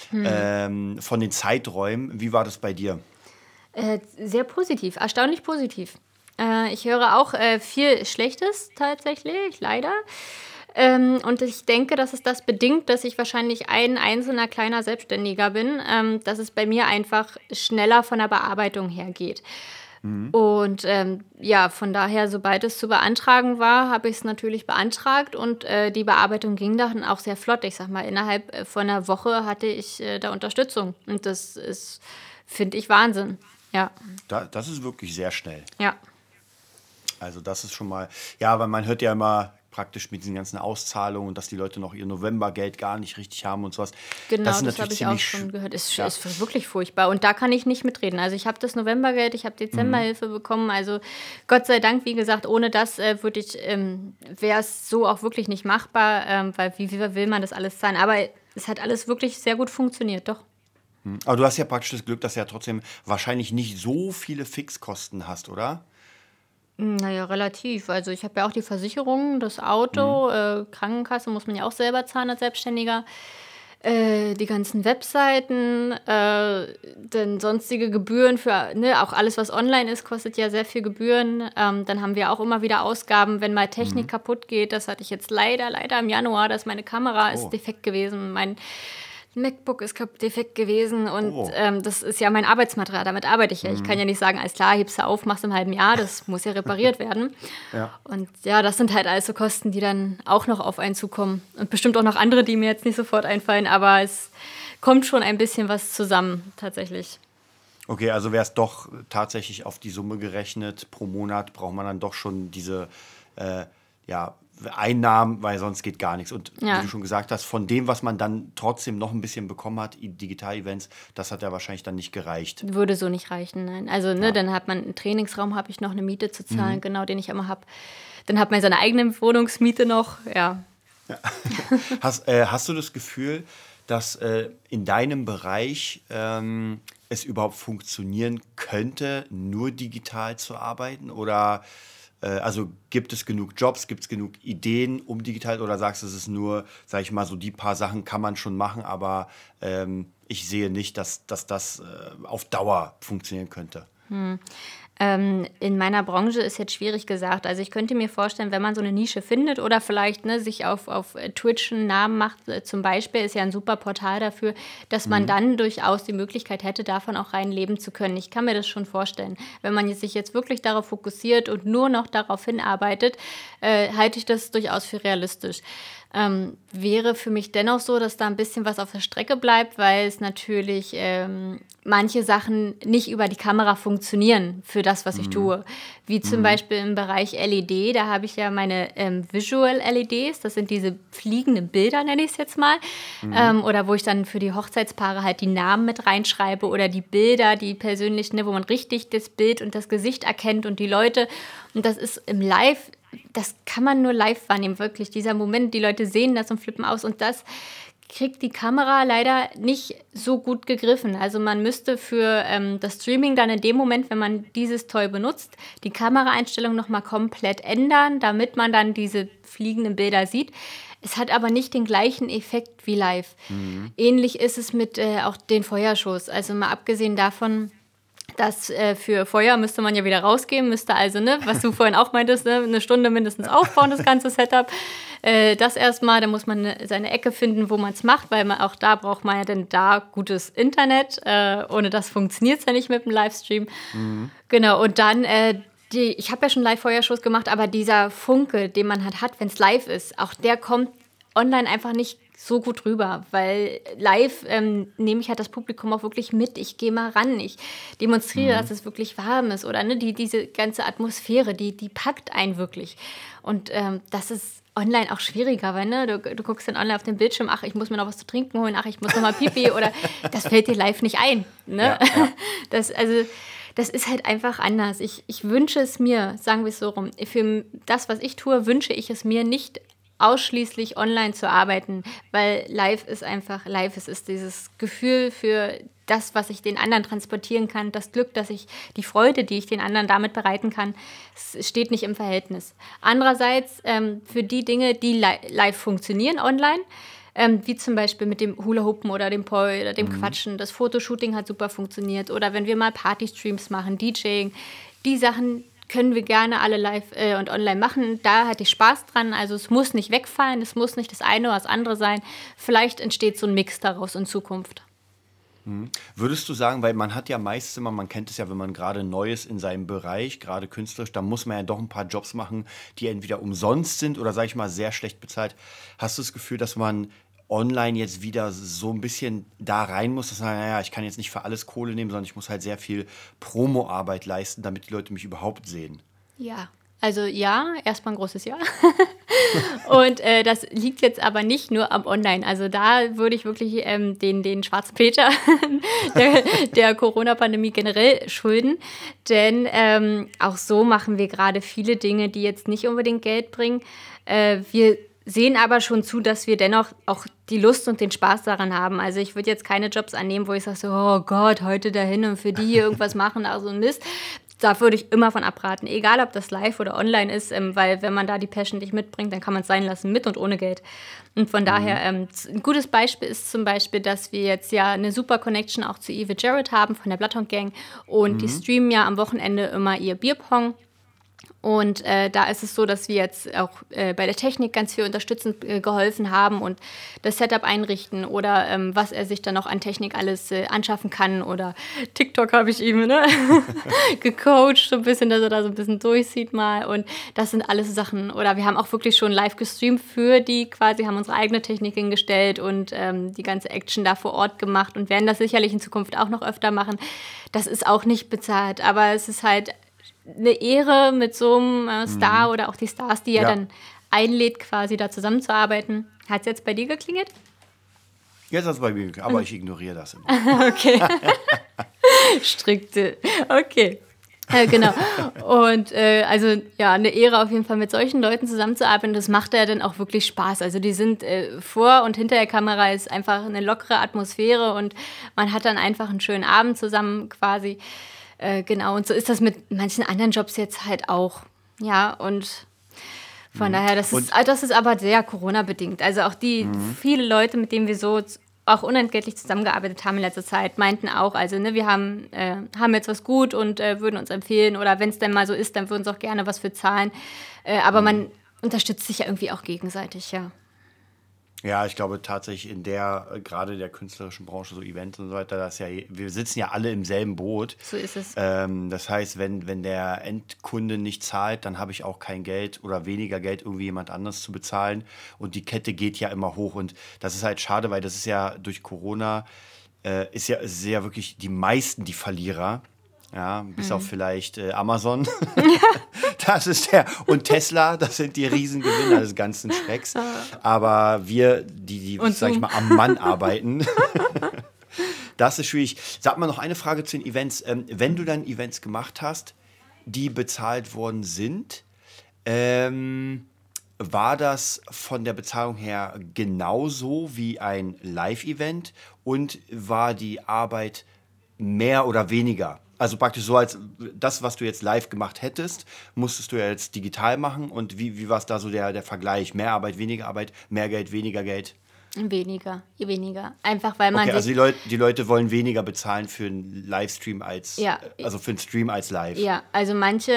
von den Zeiträumen. Wie war das bei dir? Sehr positiv, erstaunlich positiv. Ich höre auch viel Schlechtes tatsächlich, leider. Und ich denke, dass es das bedingt, dass ich wahrscheinlich ein einzelner kleiner Selbstständiger bin, dass es bei mir einfach schneller von der Bearbeitung her geht. Und ja, von daher, sobald es zu beantragen war, habe ich es natürlich beantragt und die Bearbeitung ging dann auch sehr flott. Ich sag mal, innerhalb von einer Woche hatte ich da Unterstützung und das ist, finde ich, Wahnsinn. Ja, Das ist wirklich sehr schnell. ja. Also das ist schon mal, ja, weil man hört ja immer praktisch mit diesen ganzen Auszahlungen, dass die Leute noch ihr Novembergeld gar nicht richtig haben und sowas. Genau, Das ist das habe natürlich ich auch ziemlich schon gehört. Ist ja. wirklich furchtbar. Und da kann ich nicht mitreden. Also ich habe das Novembergeld, ich habe Dezemberhilfe bekommen. Also Gott sei Dank, wie gesagt, ohne das wäre es so auch wirklich nicht machbar, weil wie will man das alles zahlen? Aber es hat alles wirklich sehr gut funktioniert, doch. Aber du hast ja praktisch das Glück, dass du ja trotzdem wahrscheinlich nicht so viele Fixkosten hast, oder? Naja, relativ. Also ich habe ja auch die Versicherung, das Auto, Krankenkasse muss man ja auch selber zahlen als Selbstständiger. die ganzen Webseiten, dann sonstige Gebühren für, ne, auch alles, was online ist, kostet ja sehr viel Gebühren. Dann haben wir auch immer wieder Ausgaben, wenn mal Technik kaputt geht. Das hatte ich jetzt leider im Januar, dass meine Kamera ist defekt gewesen, mein MacBook ist defekt gewesen und das ist ja mein Arbeitsmaterial, damit arbeite ich ja. Ich kann ja nicht sagen, alles klar, hebst du auf, machst im halben Jahr, das muss ja repariert werden. Ja. Und ja, das sind halt alles so Kosten, die dann auch noch auf einen zukommen. Und bestimmt auch noch andere, die mir jetzt nicht sofort einfallen, aber es kommt schon ein bisschen was zusammen, tatsächlich. Okay, also wäre es doch tatsächlich auf die Summe gerechnet, pro Monat braucht man dann doch schon diese, Einnahmen, weil sonst geht gar nichts. Und wie du schon gesagt hast, von dem, was man dann trotzdem noch ein bisschen bekommen hat, Digital-Events, das hat ja wahrscheinlich dann nicht gereicht. Würde so nicht reichen, nein. Also dann hat man einen Trainingsraum, habe ich noch eine Miete zu zahlen, genau, den ich immer habe. Dann hat man seine eigene Wohnungsmiete noch, ja. Hast du das Gefühl, dass in deinem Bereich es überhaupt funktionieren könnte, nur digital zu arbeiten? Oder also gibt es genug Jobs, gibt es genug Ideen um digital, oder sagst du, es ist nur, sag ich mal, so die paar Sachen kann man schon machen, aber ich sehe nicht, dass das auf Dauer funktionieren könnte? In meiner Branche ist jetzt schwierig gesagt. Also ich könnte mir vorstellen, wenn man so eine Nische findet oder vielleicht sich auf Twitch einen Namen macht, zum Beispiel, ist ja ein super Portal dafür, dass man dann durchaus die Möglichkeit hätte, davon auch rein leben zu können. Ich kann mir das schon vorstellen. Wenn man sich jetzt wirklich darauf fokussiert und nur noch darauf hinarbeitet, halte ich das durchaus für realistisch. Wäre für mich dennoch so, dass da ein bisschen was auf der Strecke bleibt, weil es natürlich manche Sachen nicht über die Kamera funktionieren für das, was ich tue. Wie zum Beispiel im Bereich LED, da habe ich ja meine Visual LEDs, das sind diese fliegenden Bilder, nenne ich es jetzt mal. Oder wo ich dann für die Hochzeitspaare halt die Namen mit reinschreibe oder die Bilder, die persönlichen, wo man richtig das Bild und das Gesicht erkennt und die Leute. Und das ist im Live, das kann man nur live wahrnehmen, wirklich. Dieser Moment, die Leute sehen das und flippen aus. Und das kriegt die Kamera leider nicht so gut gegriffen. Also man müsste für das Streaming dann in dem Moment, wenn man dieses Toy benutzt, die Kameraeinstellung nochmal komplett ändern, damit man dann diese fliegenden Bilder sieht. Es hat aber nicht den gleichen Effekt wie live. Ähnlich ist es mit auch den Feuershows. Also mal abgesehen davon, dass für Feuer müsste man ja wieder rausgehen, müsste also, was du vorhin auch meintest, eine Stunde mindestens aufbauen, das ganze Setup. Das erstmal, da muss man seine Ecke finden, wo man es macht, weil auch da braucht man ja dann gutes Internet. Ohne das funktioniert es ja nicht mit dem Livestream. Genau, und dann, ich habe ja schon Live-Feuershows gemacht, aber dieser Funke, den man hat, wenn es live ist, auch der kommt online einfach nicht so gut rüber, weil live nehme ich halt das Publikum auch wirklich mit. Ich gehe mal ran, ich demonstriere, dass es wirklich warm ist oder diese ganze Atmosphäre, die packt einen wirklich. Und das ist online auch schwieriger, weil du guckst dann online auf den Bildschirm, ach, ich muss mir noch was zu trinken holen, ach, ich muss noch mal Pipi oder das fällt dir live nicht ein. Ne? Ja. Das ist halt einfach anders. Ich wünsche es mir, sagen wir es so rum, für das, was ich tue, wünsche ich es mir nicht ausschließlich online zu arbeiten, weil live ist einfach live. Es ist dieses Gefühl für das, was ich den anderen transportieren kann, das Glück, die Freude, die ich den anderen damit bereiten kann, es steht nicht im Verhältnis. Andererseits für die Dinge, die live funktionieren online, wie zum Beispiel mit dem Hula-Hoopen oder dem Poi oder dem Quatschen, das Fotoshooting hat super funktioniert oder wenn wir mal Party-Streams machen, DJing, die Sachen können wir gerne alle live und online machen. Da hatte ich Spaß dran. Also es muss nicht wegfallen, es muss nicht das eine oder das andere sein. Vielleicht entsteht so ein Mix daraus in Zukunft. Würdest du sagen, weil man hat ja meistens immer, man kennt es ja, wenn man gerade neu ist in seinem Bereich, gerade künstlerisch, da muss man ja doch ein paar Jobs machen, die entweder umsonst sind oder, sag ich mal, sehr schlecht bezahlt. Hast du das Gefühl, dass man online jetzt wieder so ein bisschen da rein muss, dass man, naja, ich kann jetzt nicht für alles Kohle nehmen, sondern ich muss halt sehr viel Promo-Arbeit leisten, damit die Leute mich überhaupt sehen? Ja, also ja, erstmal ein großes Ja. Und das liegt jetzt aber nicht nur am Online. Also da würde ich wirklich den schwarzen Peter der Corona-Pandemie generell schulden. Denn auch so machen wir gerade viele Dinge, die jetzt nicht unbedingt Geld bringen. Wir sehen aber schon zu, dass wir dennoch auch die Lust und den Spaß daran haben. Also ich würde jetzt keine Jobs annehmen, wo ich sage so, oh Gott, heute dahin und für die hier irgendwas machen, also ein Mist. da würde ich immer von abraten, egal ob das live oder online ist, weil wenn man da die Passion nicht mitbringt, dann kann man es sein lassen, mit und ohne Geld. Und von daher, ein gutes Beispiel ist zum Beispiel, dass wir jetzt ja eine super Connection auch zu Eve Jarrett haben von der Bloodhound Gang und die streamen ja am Wochenende immer ihr Bierpong. Und da ist es so, dass wir jetzt auch bei der Technik ganz viel unterstützend geholfen haben und das Setup einrichten oder was er sich dann noch an Technik alles anschaffen kann. Oder TikTok habe ich ihm gecoacht, so ein bisschen, dass er da so ein bisschen durchsieht mal. Und das sind alles Sachen. Oder wir haben auch wirklich schon live gestreamt für die quasi, haben unsere eigene Technik hingestellt und die ganze Action da vor Ort gemacht und werden das sicherlich in Zukunft auch noch öfter machen. Das ist auch nicht bezahlt, aber es ist halt eine Ehre, mit so einem Star oder auch die Stars, die er dann einlädt, quasi da zusammenzuarbeiten. Hat es jetzt bei dir geklingelt? Jetzt hat es bei mir geklingelt, aber ich ignoriere das immer. Okay. Strikte. Okay. Genau. Und also ja, eine Ehre auf jeden Fall, mit solchen Leuten zusammenzuarbeiten. Das macht ja dann auch wirklich Spaß. Also die sind vor und hinter der Kamera ist einfach eine lockere Atmosphäre und man hat dann einfach einen schönen Abend zusammen quasi. Genau, und so ist das mit manchen anderen Jobs jetzt halt auch. Ja, und von daher, das ist aber sehr Corona-bedingt. Also auch viele Leute, mit denen wir so auch unentgeltlich zusammengearbeitet haben in letzter Zeit, meinten auch, also ne, wir haben jetzt was gut und würden uns empfehlen oder wenn es denn mal so ist, dann würden sie auch gerne was für zahlen. Aber man unterstützt sich ja irgendwie auch gegenseitig, ja. Ja, ich glaube tatsächlich in gerade der künstlerischen Branche, so Events und so weiter, wir sitzen ja alle im selben Boot. So ist es. Das heißt, wenn der Endkunde nicht zahlt, dann habe ich auch kein Geld oder weniger Geld, irgendwie jemand anderes zu bezahlen. Und die Kette geht ja immer hoch. Und das ist halt schade, weil das ist ja durch Corona, ist ja wirklich die meisten die Verlierer. Ja, bis auf vielleicht Amazon. Das ist und Tesla, das sind die Riesengewinner des ganzen Schrecks. Aber wir, die sag ich mal, am Mann arbeiten, das ist schwierig. Sag mal noch eine Frage zu den Events. Wenn du dann Events gemacht hast, die bezahlt worden sind, war das von der Bezahlung her genauso wie ein Live-Event und war die Arbeit mehr oder weniger? Also praktisch so, als das, was du jetzt live gemacht hättest, musstest du ja jetzt digital machen. Und wie war es da so der Vergleich? Mehr Arbeit, weniger Arbeit, mehr Geld, weniger Geld? Weniger. Einfach weil man. Okay, also die Leute wollen weniger bezahlen für einen Livestream also für einen Stream als live. Ja, also manche,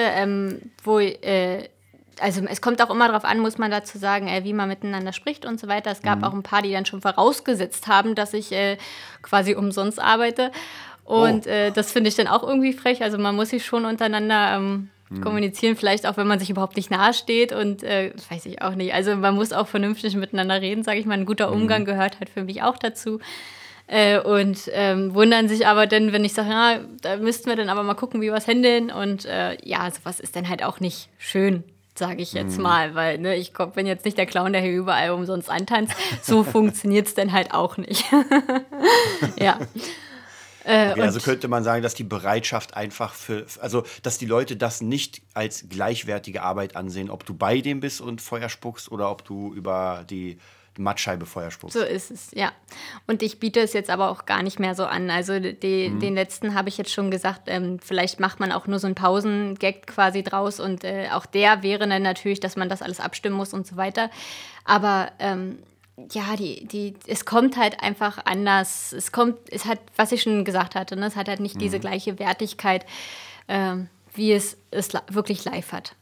also es kommt auch immer darauf an, muss man dazu sagen, wie man miteinander spricht und so weiter. Es gab auch ein paar, die dann schon vorausgesetzt haben, dass ich quasi umsonst arbeite. Und das finde ich dann auch irgendwie frech. Also man muss sich schon untereinander kommunizieren, vielleicht auch, wenn man sich überhaupt nicht nahe steht. Und das weiß ich auch nicht. Also man muss auch vernünftig miteinander reden, sage ich mal. Ein guter Umgang gehört halt für mich auch dazu. Und wundern sich aber dann, wenn ich sage, ja, da müssten wir dann aber mal gucken, wie wir es handeln. Und ja, sowas ist dann halt auch nicht schön, sage ich jetzt mal. Weil ne, ich bin jetzt nicht der Clown, der hier überall umsonst antanzt. So funktioniert es dann halt auch nicht. Ja. Okay, also könnte man sagen, dass die Bereitschaft einfach also dass die Leute das nicht als gleichwertige Arbeit ansehen, ob du bei dem bist und Feuer spuckst oder ob du über die Mattscheibe Feuer spuckst. So ist es, ja. Und ich biete es jetzt aber auch gar nicht mehr so an. Also den letzten habe ich jetzt schon gesagt, vielleicht macht man auch nur so einen Pausengag quasi draus und auch der wäre dann natürlich, dass man das alles abstimmen muss und so weiter. Aber ja, es kommt halt einfach anders. Es hat, was ich schon gesagt hatte, ne, es hat halt nicht diese gleiche Wertigkeit, wie es wirklich live hat.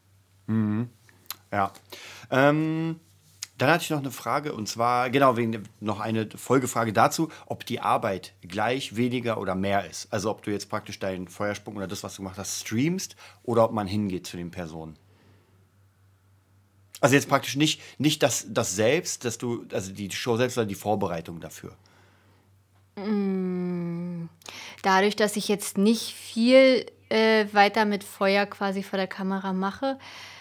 Ja. Dann hatte ich noch eine Frage und zwar, genau, noch eine Folgefrage dazu, ob die Arbeit gleich, weniger oder mehr ist. Also ob du jetzt praktisch deinen Feuersprung oder das, was du gemacht hast, streamst oder ob man hingeht zu den Personen. Also jetzt praktisch nicht das selbst, also die Show selbst, sondern die Vorbereitung dafür. Dadurch, dass ich jetzt nicht viel weiter mit Feuer quasi vor der Kamera mache,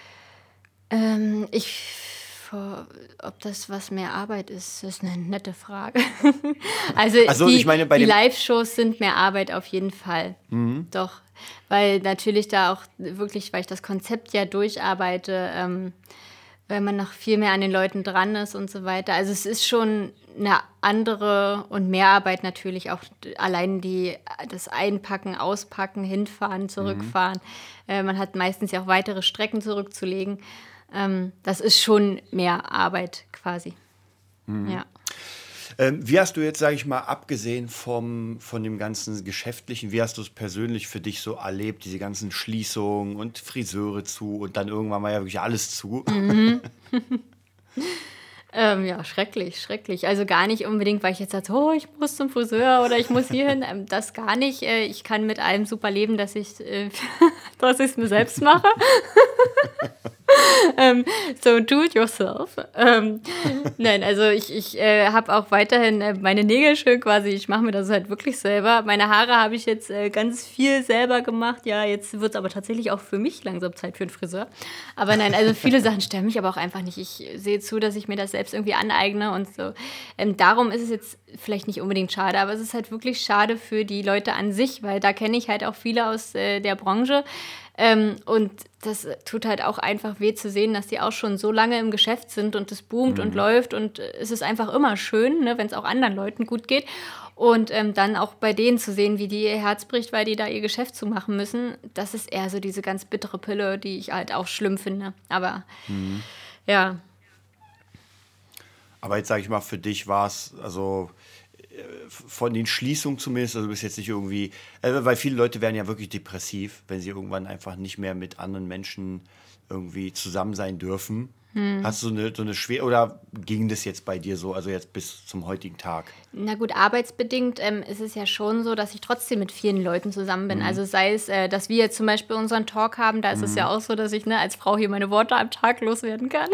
ob das was mehr Arbeit ist eine nette Frage. Also ich meine, die Live-Shows sind mehr Arbeit auf jeden Fall. Doch, weil natürlich da auch wirklich, weil ich das Konzept ja durcharbeite, weil man noch viel mehr an den Leuten dran ist und so weiter. Also es ist schon eine andere und mehr Arbeit natürlich, auch allein das Einpacken, Auspacken, hinfahren, zurückfahren. Man hat meistens ja auch weitere Strecken zurückzulegen. Das ist schon mehr Arbeit quasi. Ja. Wie hast du jetzt, sage ich mal, abgesehen von dem ganzen Geschäftlichen, wie hast du es persönlich für dich so erlebt, diese ganzen Schließungen und Friseure zu und dann irgendwann mal ja wirklich alles zu? Ja, schrecklich, schrecklich. Also gar nicht unbedingt, weil ich jetzt sage, oh, ich muss zum Friseur oder ich muss hierhin. Das gar nicht. Ich kann mit allem super leben, dass ich es mir selbst mache. So do it yourself. Nein, also ich habe auch weiterhin meine Nägel schön quasi. Ich mache mir das halt wirklich selber. Meine Haare habe ich jetzt ganz viel selber gemacht. Ja, jetzt wird es aber tatsächlich auch für mich langsam Zeit für einen Friseur. Aber nein, also viele Sachen stören mich aber auch einfach nicht. Ich sehe zu, dass ich mir das selbst irgendwie aneigne und so. Darum ist es jetzt vielleicht nicht unbedingt schade, aber es ist halt wirklich schade für die Leute an sich, weil da kenne ich halt auch viele aus der Branche. Und das tut halt auch einfach weh zu sehen, dass die auch schon so lange im Geschäft sind und es boomt und läuft und es ist einfach immer schön, ne, wenn es auch anderen Leuten gut geht. Und dann auch bei denen zu sehen, wie die ihr Herz bricht, weil die da ihr Geschäft zumachen müssen, das ist eher so diese ganz bittere Pille, die ich halt auch schlimm finde. Aber ja. Aber jetzt sage ich mal, für dich war es, also von den Schließungen zumindest, also du bist jetzt nicht irgendwie, weil viele Leute werden ja wirklich depressiv, wenn sie irgendwann einfach nicht mehr mit anderen Menschen irgendwie zusammen sein dürfen. Hast du so eine schwer, oder ging das jetzt bei dir so, also jetzt bis zum heutigen Tag? Na gut, arbeitsbedingt ist es ja schon so, dass ich trotzdem mit vielen Leuten zusammen bin. Also sei es, dass wir jetzt zum Beispiel unseren Talk haben, da ist es ja auch so, dass ich als Frau hier meine Worte am Tag loswerden kann.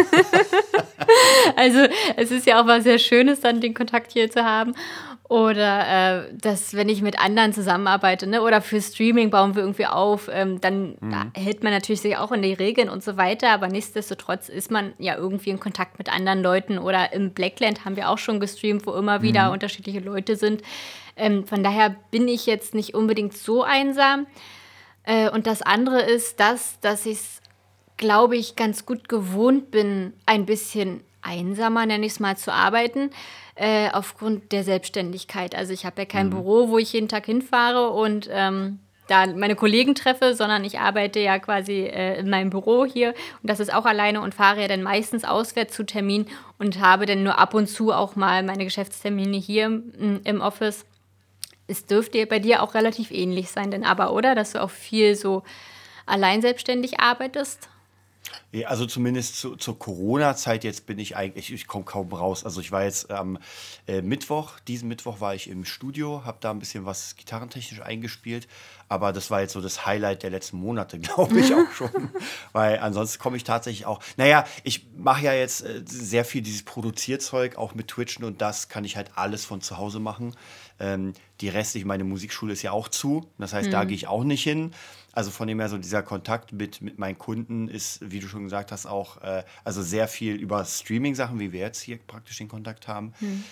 Also es ist ja auch was sehr Schönes, dann den Kontakt hier zu haben. Oder dass, wenn ich mit anderen zusammenarbeite, ne, oder für Streaming bauen wir irgendwie auf, dann da hält man natürlich sich auch in die Regeln und so weiter, aber nichtsdestotrotz ist man ja irgendwie in Kontakt mit anderen Leuten. Oder im Blackland haben wir auch schon gestreamt, wo immer wieder unterschiedliche Leute sind. Von daher bin ich jetzt nicht unbedingt so einsam. Und das andere ist dass ich es, glaube ich, ganz gut gewohnt bin, ein bisschen einsamer, nenne ich es mal, zu arbeiten, aufgrund der Selbstständigkeit. Also ich habe ja kein Büro, wo ich jeden Tag hinfahre und da meine Kollegen treffe, sondern ich arbeite ja quasi in meinem Büro hier und das ist auch alleine und fahre ja dann meistens auswärts zu Terminen und habe dann nur ab und zu auch mal meine Geschäftstermine hier im Office. Es dürfte bei dir auch relativ ähnlich sein, denn aber, oder? Dass du auch viel so allein selbstständig arbeitest? Ja, also zumindest zur Corona-Zeit jetzt bin ich eigentlich, ich komme kaum raus. Also ich war jetzt am diesen Mittwoch war ich im Studio, habe da ein bisschen was gitarrentechnisch eingespielt, aber das war jetzt so das Highlight der letzten Monate, glaube ich auch schon, weil ansonsten komme ich tatsächlich auch, naja, ich mache ja jetzt sehr viel dieses Produzierzeug, auch mit Twitchen und das kann ich halt alles von zu Hause machen. Die restliche, meine Musikschule ist ja auch zu, das heißt, da gehe ich auch nicht hin. Also von dem her, so dieser Kontakt mit meinen Kunden ist, wie du schon gesagt hast, auch also sehr viel über Streaming-Sachen, wie wir jetzt hier praktisch den Kontakt haben.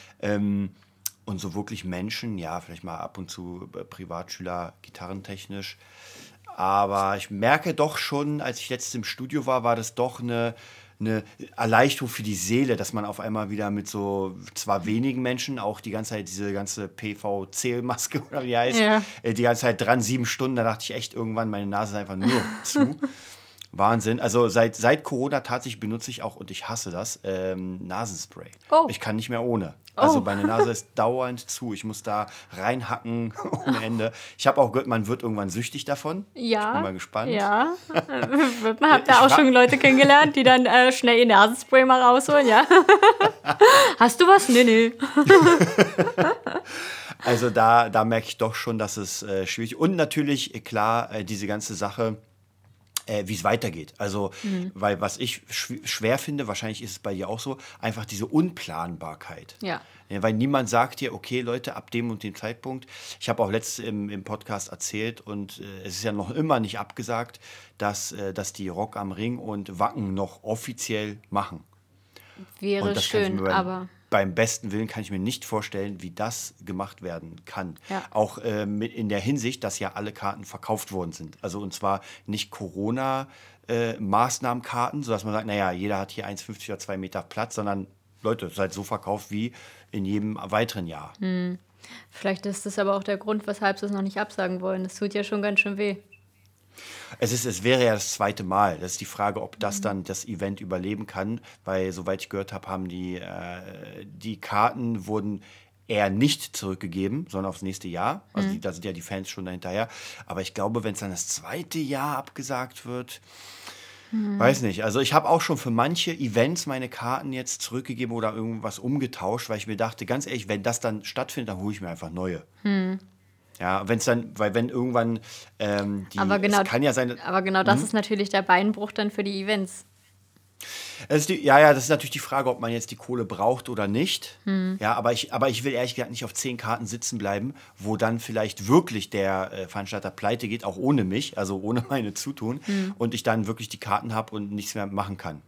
Und so wirklich Menschen, ja, vielleicht mal ab und zu Privatschüler, gitarrentechnisch. Aber ich merke doch schon, als ich letztens im Studio war das doch eine Erleichterung für die Seele, dass man auf einmal wieder mit so zwar wenigen Menschen, auch die ganze Zeit diese ganze PVC-Maske oder wie die heißt, Ja. Die ganze Zeit dran, 7 Stunden, da dachte ich echt irgendwann, meine Nase ist einfach nur zu. Wahnsinn. Also seit Corona tatsächlich benutze ich auch, und ich hasse das, Nasenspray. Oh. Ich kann nicht mehr ohne. Also Oh. meine Nase ist dauernd zu. Ich muss da reinhacken ohne Ende. Ich habe auch gehört, man wird irgendwann süchtig davon. Ja. Ich bin mal gespannt. Ja. Man hat da Ich auch war- schon Leute kennengelernt, die dann schnell ihr Nasenspray mal rausholen, ja. Hast du was? Nee. Also da merke ich doch schon, dass es schwierig ist. Und natürlich, klar, diese ganze Sache, wie es weitergeht. Also, weil was ich schwer finde, wahrscheinlich ist es bei dir auch so, einfach diese Unplanbarkeit. Ja. Ja, weil niemand sagt dir, okay, Leute, ab dem und dem Zeitpunkt. Ich habe auch letztens im Podcast erzählt und es ist ja noch immer nicht abgesagt, dass die Rock am Ring und Wacken noch offiziell machen. Wäre Und das kann ich schön, mir aber beim besten Willen kann ich mir nicht vorstellen, wie das gemacht werden kann. Ja. Auch in der Hinsicht, dass ja alle Karten verkauft worden sind. Also und zwar nicht Corona-Maßnahmenkarten, sodass man sagt, naja, jeder hat hier 1,50 oder 2 Meter Platz, sondern Leute, seid so verkauft wie in jedem weiteren Jahr. Vielleicht ist das aber auch der Grund, weshalb sie es noch nicht absagen wollen. Das tut ja schon ganz schön weh. Es wäre ja das zweite Mal. Das ist die Frage, ob das dann das Event überleben kann, weil, soweit ich gehört habe, haben die Karten wurden eher nicht zurückgegeben, sondern aufs nächste Jahr. Also da sind ja die Fans schon dahinterher. Aber ich glaube, wenn es dann das zweite Jahr abgesagt wird, weiß nicht. Also ich habe auch schon für manche Events meine Karten jetzt zurückgegeben oder irgendwas umgetauscht, weil ich mir dachte, ganz ehrlich, wenn das dann stattfindet, dann hole ich mir einfach neue. Ja, wenn es dann, weil wenn irgendwann es kann ja sein. Aber genau das ist natürlich der Beinbruch dann für die Events. Das ist natürlich die Frage, ob man jetzt die Kohle braucht oder nicht. Ja, aber ich will ehrlich gesagt nicht auf 10 Karten sitzen bleiben, wo dann vielleicht wirklich der Veranstalter pleite geht, auch ohne mich, also ohne meine Zutun, und ich dann wirklich die Karten habe und nichts mehr machen kann.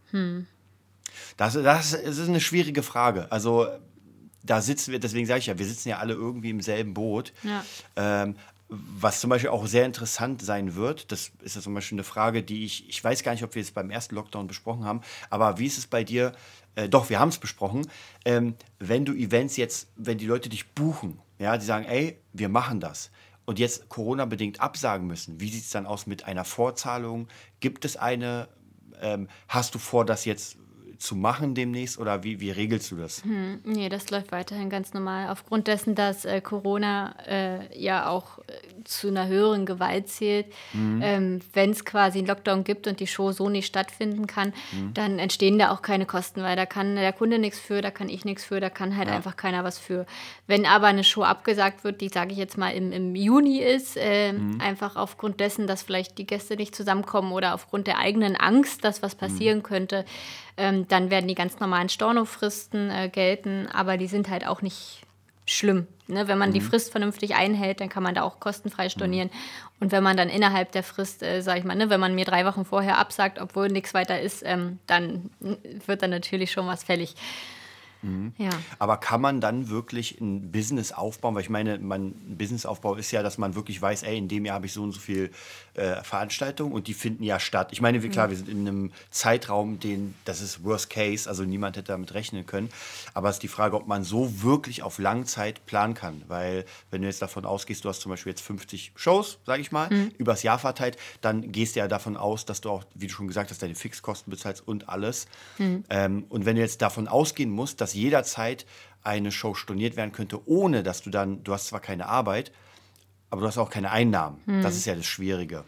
Das ist eine schwierige Frage. Also da sitzen wir, deswegen sage ich ja, wir sitzen ja alle irgendwie im selben Boot. Ja. Was zum Beispiel auch sehr interessant sein wird, das ist ja zum Beispiel eine Frage, die ich weiß gar nicht, ob wir es beim ersten Lockdown besprochen haben, aber wie ist es bei dir? Doch, wir haben es besprochen. Wenn du Events jetzt, wenn die Leute dich buchen, ja, die sagen, ey, wir machen das und jetzt Corona-bedingt absagen müssen, wie sieht es dann aus mit einer Vorzahlung? Gibt es eine? Hast du vor, das jetzt zu machen demnächst oder wie regelst du das? Nee, das läuft weiterhin ganz normal. Aufgrund dessen, dass Corona ja auch zu einer höheren Gewalt zählt, wenn es quasi einen Lockdown gibt und die Show so nicht stattfinden kann, dann entstehen da auch keine Kosten, weil da kann der Kunde nichts für, da kann ich nichts für, da kann halt einfach keiner was für. Wenn aber eine Show abgesagt wird, die, sage ich jetzt mal, im Juni ist, einfach aufgrund dessen, dass vielleicht die Gäste nicht zusammenkommen oder aufgrund der eigenen Angst, dass was passieren könnte, dann werden die ganz normalen Stornofristen gelten, aber die sind halt auch nicht schlimm. Ne? Wenn man die Frist vernünftig einhält, dann kann man da auch kostenfrei stornieren. Und wenn man dann innerhalb der Frist, sage ich mal, ne, wenn man mir 3 Wochen vorher absagt, obwohl nichts weiter ist, dann wird dann natürlich schon was fällig. Ja. Aber kann man dann wirklich ein Business aufbauen? Weil ich meine, ein Businessaufbau ist ja, dass man wirklich weiß, ey, in dem Jahr habe ich so und so viel Veranstaltungen und die finden ja statt. Ich meine, klar, wir sind in einem Zeitraum, das ist Worst Case, also niemand hätte damit rechnen können. Aber es ist die Frage, ob man so wirklich auf Langzeit planen kann. Weil wenn du jetzt davon ausgehst, du hast zum Beispiel jetzt 50 Shows, sage ich mal, übers Jahr verteilt, dann gehst du ja davon aus, dass du auch, wie du schon gesagt hast, deine Fixkosten bezahlst und alles. Und wenn du jetzt davon ausgehen musst, dass jederzeit eine Show storniert werden könnte, ohne dass du hast zwar keine Arbeit, aber du hast auch keine Einnahmen. Das ist ja das Schwierige.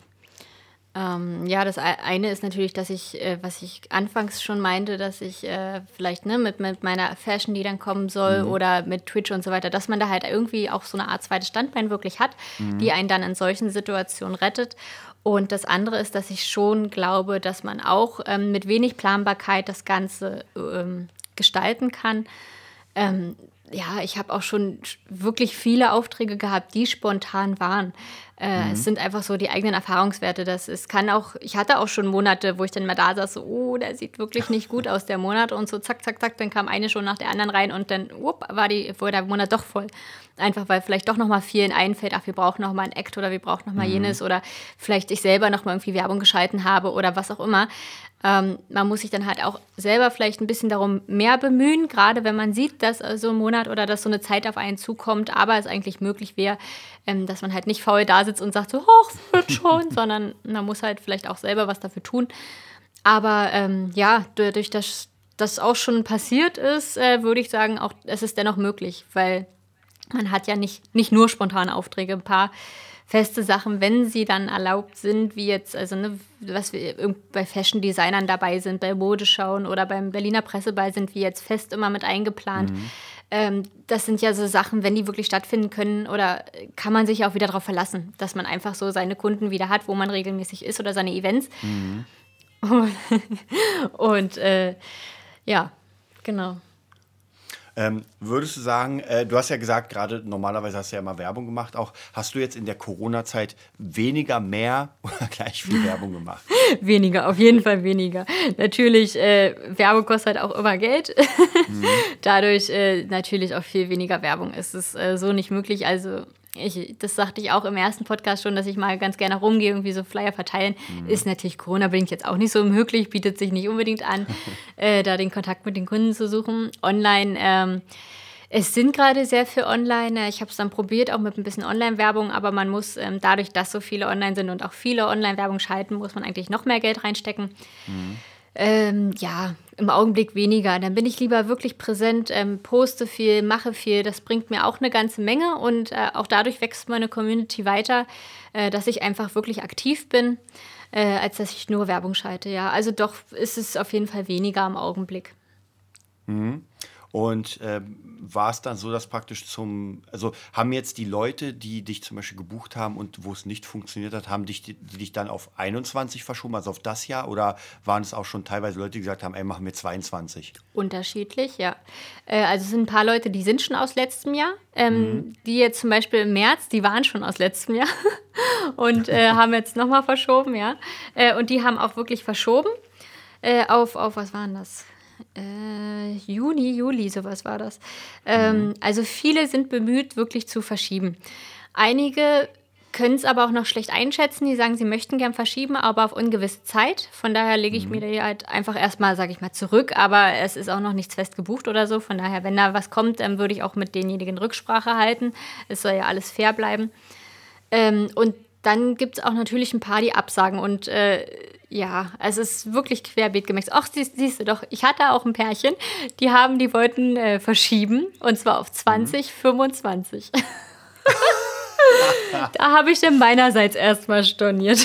Ja, das eine ist natürlich, dass was ich anfangs schon meinte, dass ich vielleicht mit meiner Fashion, die dann kommen soll oder mit Twitch und so weiter, dass man da halt irgendwie auch so eine Art zweites Standbein wirklich hat, die einen dann in solchen Situationen rettet. Und das andere ist, dass ich schon glaube, dass man auch mit wenig Planbarkeit das Ganze gestalten kann. Ja, ich habe auch schon wirklich viele Aufträge gehabt, die spontan waren. Es sind einfach so die eigenen Erfahrungswerte. Ich hatte auch schon Monate, wo ich dann mal da saß, so, oh, der sieht wirklich nicht gut aus, der Monat. Und so zack, zack, zack, dann kam eine schon nach der anderen rein und dann war der Monat doch voll. Einfach, weil vielleicht doch nochmal vielen einfällt, ach, wir brauchen nochmal ein Act oder wir brauchen nochmal jenes oder vielleicht ich selber nochmal irgendwie Werbung geschalten habe oder was auch immer. Man muss sich dann halt auch selber vielleicht ein bisschen darum mehr bemühen, gerade wenn man sieht, dass so ein Monat oder dass so eine Zeit auf einen zukommt, aber es eigentlich möglich wäre, dass man halt nicht faul da sitzt und sagt so, ach, es wird schon, sondern man muss halt vielleicht auch selber was dafür tun. Aber ja, dadurch, dass das auch schon passiert ist, würde ich sagen, auch es ist dennoch möglich, weil man hat ja nicht nur spontane Aufträge, ein paar feste Sachen, wenn sie dann erlaubt sind, wie jetzt, also was wir bei Fashion-Designern dabei sind, bei Modeschauen oder beim Berliner Presseball sind wir jetzt fest immer mit eingeplant. Das sind ja so Sachen, wenn die wirklich stattfinden können, oder kann man sich auch wieder darauf verlassen, dass man einfach so seine Kunden wieder hat, wo man regelmäßig ist oder seine Events. Und ja, genau. Würdest du sagen, du hast ja gesagt, gerade normalerweise hast du ja immer Werbung gemacht, auch hast du jetzt in der Corona-Zeit weniger, mehr oder gleich viel Werbung gemacht? Weniger, auf jeden Fall weniger. Natürlich, Werbung kostet halt auch immer Geld. Dadurch natürlich auch viel weniger Werbung. Es ist so nicht möglich. Also das sagte ich auch im ersten Podcast schon, dass ich mal ganz gerne rumgehe, irgendwie so Flyer verteilen. Ist natürlich Corona-bedingt jetzt auch nicht so möglich, bietet sich nicht unbedingt an, da den Kontakt mit den Kunden zu suchen. Online, es sind gerade sehr viel online. Ich habe es dann probiert, auch mit ein bisschen Online-Werbung, aber man muss dadurch, dass so viele online sind und auch viele Online-Werbung schalten, muss man eigentlich noch mehr Geld reinstecken. Ja, im Augenblick weniger. Dann bin ich lieber wirklich präsent, poste viel, mache viel. Das bringt mir auch eine ganze Menge und auch dadurch wächst meine Community weiter, dass ich einfach wirklich aktiv bin, als dass ich nur Werbung schalte. Ja, also doch ist es auf jeden Fall weniger im Augenblick. Und war es dann so, dass praktisch also haben jetzt die Leute, die dich zum Beispiel gebucht haben und wo es nicht funktioniert hat, haben die dich dann auf 21 verschoben, also auf das Jahr? Oder waren es auch schon teilweise Leute, die gesagt haben, ey, machen wir 22? Unterschiedlich, ja. Also es sind ein paar Leute, die sind schon aus letztem Jahr. Die jetzt zum Beispiel im März, die waren schon aus letztem Jahr und haben jetzt nochmal verschoben, ja. Und die haben auch wirklich verschoben auf was waren das? Juni, Juli, sowas war das. Also viele sind bemüht, wirklich zu verschieben. Einige können es aber auch noch schlecht einschätzen. Die sagen, sie möchten gern verschieben, aber auf ungewisse Zeit. Von daher lege ich mir da halt einfach erstmal, sage ich mal, zurück. Aber es ist auch noch nichts fest gebucht oder so. Von daher, wenn da was kommt, dann würde ich auch mit denjenigen Rücksprache halten. Es soll ja alles fair bleiben. Und dann gibt es auch natürlich ein paar, die absagen. Und ja, es ist wirklich querbeet gemixt. Ach, siehst du doch, ich hatte auch ein Pärchen, die wollten verschieben. Und zwar auf 2025. Da habe ich dann meinerseits erstmal storniert.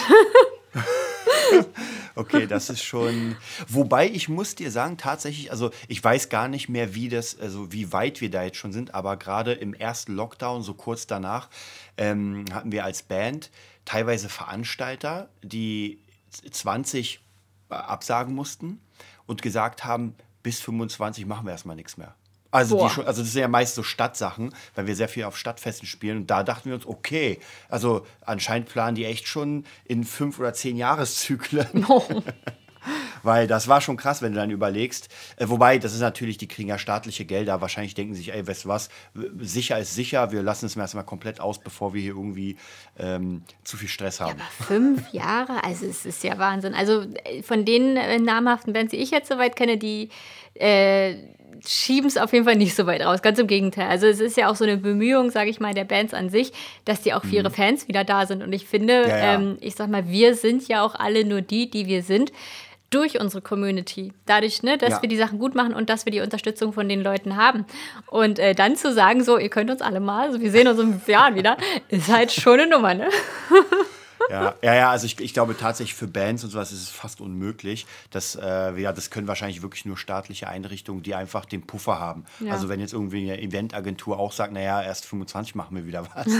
Okay, das ist schon. Wobei ich muss dir sagen, tatsächlich, also ich weiß gar nicht mehr, wie weit wir da jetzt schon sind, aber gerade im ersten Lockdown, so kurz danach, hatten wir als Band teilweise Veranstalter, die 20 absagen mussten und gesagt haben, bis 25 machen wir erstmal nichts mehr. Also das sind ja meist so Stadtsachen, weil wir sehr viel auf Stadtfesten spielen. Und da dachten wir uns, okay, also anscheinend planen die echt schon in 5 oder 10 Jahreszyklen. Weil das war schon krass, wenn du dann überlegst. Wobei, das ist natürlich, die kriegen ja staatliche Gelder. Wahrscheinlich denken sich, ey, weißt du was, sicher ist sicher. Wir lassen es erstmal komplett aus, bevor wir hier irgendwie zu viel Stress haben. Ja, aber 5 Jahre, also es ist ja Wahnsinn. Also von den namhaften Bands, die ich jetzt soweit kenne, die schieben es auf jeden Fall nicht so weit raus. Ganz im Gegenteil. Also es ist ja auch so eine Bemühung, sage ich mal, der Bands an sich, dass die auch für ihre Fans wieder da sind. Und ich finde, ich sag mal, wir sind ja auch alle nur die wir sind, durch unsere Community. Dadurch, dass wir die Sachen gut machen und dass wir die Unterstützung von den Leuten haben. Und dann zu sagen, so, ihr könnt uns alle mal, also wir sehen uns in 5 Jahren wieder, ist halt schon eine Nummer, ne? Ja, also ich glaube tatsächlich für Bands und sowas ist es fast unmöglich. Das können wahrscheinlich wirklich nur staatliche Einrichtungen, die einfach den Puffer haben. Ja. Also wenn jetzt irgendwie eine Eventagentur auch sagt, naja, erst 25 machen wir wieder was.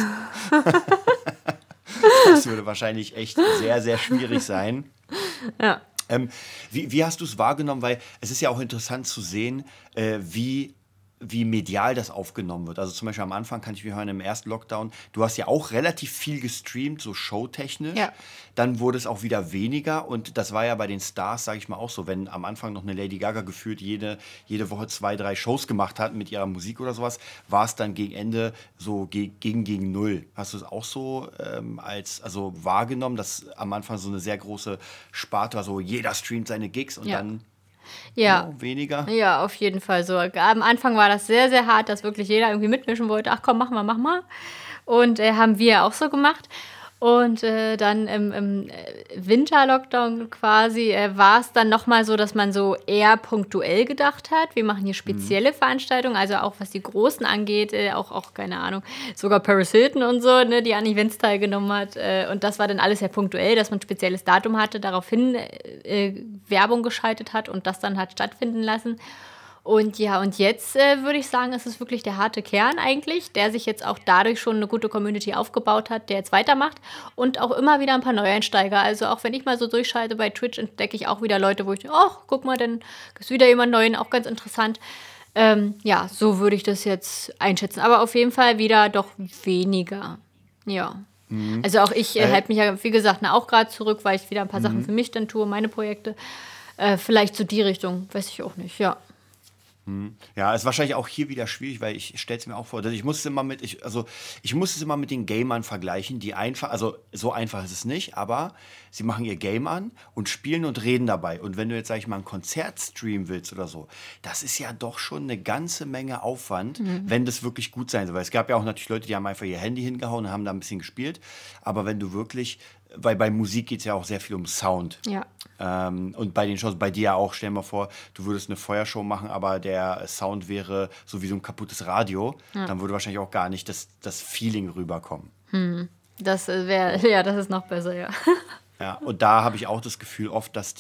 Das würde wahrscheinlich echt sehr, sehr schwierig sein. Ja. Wie hast du es wahrgenommen? Weil es ist ja auch interessant zu sehen, wie medial das aufgenommen wird. Also zum Beispiel am Anfang kann ich mich hören, im ersten Lockdown, du hast ja auch relativ viel gestreamt, so showtechnisch. Ja. Dann wurde es auch wieder weniger und das war ja bei den Stars, sage ich mal, auch so, wenn am Anfang noch eine Lady Gaga gefühlt jede Woche 2, 3 Shows gemacht hat mit ihrer Musik oder sowas, war es dann gegen Ende so gegen null. Hast du es auch so wahrgenommen, dass am Anfang so eine sehr große Sparte war, so jeder streamt seine Gigs und dann weniger? Ja, auf jeden Fall so. Am Anfang war das sehr, sehr hart, dass wirklich jeder irgendwie mitmischen wollte. Ach komm, mach mal. Und haben wir auch so gemacht. Und dann im Winter-Lockdown quasi war es dann nochmal so, dass man so eher punktuell gedacht hat. Wir machen hier spezielle Veranstaltungen, also auch was die Großen angeht, auch keine Ahnung, sogar Paris Hilton und so, ne, die an Events teilgenommen hat. Und das war dann alles sehr punktuell, dass man ein spezielles Datum hatte, daraufhin Werbung geschaltet hat und das dann hat stattfinden lassen. Und jetzt würde ich sagen, es ist wirklich der harte Kern eigentlich, der sich jetzt auch dadurch schon eine gute Community aufgebaut hat, der jetzt weitermacht und auch immer wieder ein paar Neueinsteiger. Also auch wenn ich mal so durchschalte bei Twitch, entdecke ich auch wieder Leute, wo ich denke, ach, guck mal, dann ist wieder jemand Neuen, auch ganz interessant. Ja, so würde ich das jetzt einschätzen. Aber auf jeden Fall wieder doch weniger. Ja. Also auch ich halte mich ja, wie gesagt, auch gerade zurück, weil ich wieder ein paar Sachen für mich dann tue, meine Projekte. Vielleicht so die Richtung, weiß ich auch nicht, ja. Ja, ist wahrscheinlich auch hier wieder schwierig, weil ich stelle es mir auch vor, dass ich muss es immer mit den Gamern vergleichen, die einfach, also so einfach ist es nicht, aber sie machen ihr Game an und spielen und reden dabei. Und wenn du jetzt, sag ich mal, ein Konzert streamen willst oder so, das ist ja doch schon eine ganze Menge Aufwand, wenn das wirklich gut sein soll. Weil es gab ja auch natürlich Leute, die haben einfach ihr Handy hingehauen und haben da ein bisschen gespielt. Aber wenn du wirklich, weil bei Musik geht es ja auch sehr viel um Sound. Ja. Und bei den Shows, bei dir ja auch, stell dir mal vor, du würdest eine Feuershow machen, aber der Sound wäre so wie so ein kaputtes Radio, dann würde wahrscheinlich auch gar nicht das Feeling rüberkommen. Das das ist noch besser, ja. Ja, und da habe ich auch das Gefühl oft, dass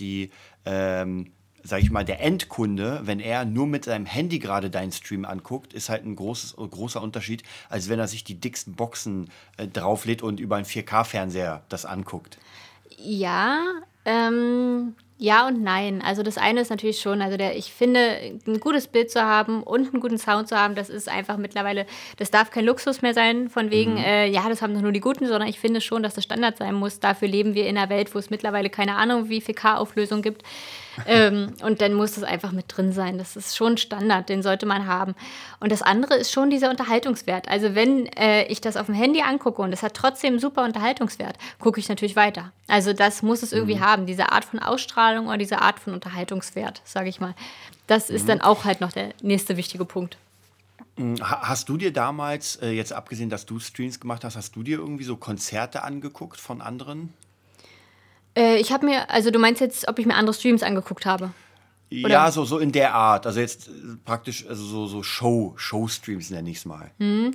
sag ich mal, der Endkunde, wenn er nur mit seinem Handy gerade deinen Stream anguckt, ist halt ein großer Unterschied, als wenn er sich die dicksten Boxen drauflädt und über einen 4K-Fernseher das anguckt. Ja, ja und nein. Also das eine ist natürlich schon, also ich finde, ein gutes Bild zu haben und einen guten Sound zu haben, das ist einfach mittlerweile, das darf kein Luxus mehr sein, von wegen, das haben doch nur die Guten, sondern ich finde schon, dass das Standard sein muss. Dafür leben wir in einer Welt, wo es mittlerweile keine Ahnung, wie viel K-Auflösung gibt. Und dann muss das einfach mit drin sein. Das ist schon Standard, den sollte man haben. Und das andere ist schon dieser Unterhaltungswert. Also wenn ich das auf dem Handy angucke und es hat trotzdem super Unterhaltungswert, gucke ich natürlich weiter. Also das muss es irgendwie haben, diese Art von Ausstrahlung oder diese Art von Unterhaltungswert, sage ich mal. Das ist dann auch halt noch der nächste wichtige Punkt. Hast du dir damals, jetzt abgesehen, dass du Streams gemacht hast, hast du dir irgendwie so Konzerte angeguckt von anderen? Ich habe mir, also du meinst jetzt, ob ich mir andere Streams angeguckt habe? Oder? Ja, so in der Art. Also jetzt praktisch also so Show-Streams nenne ich es mal.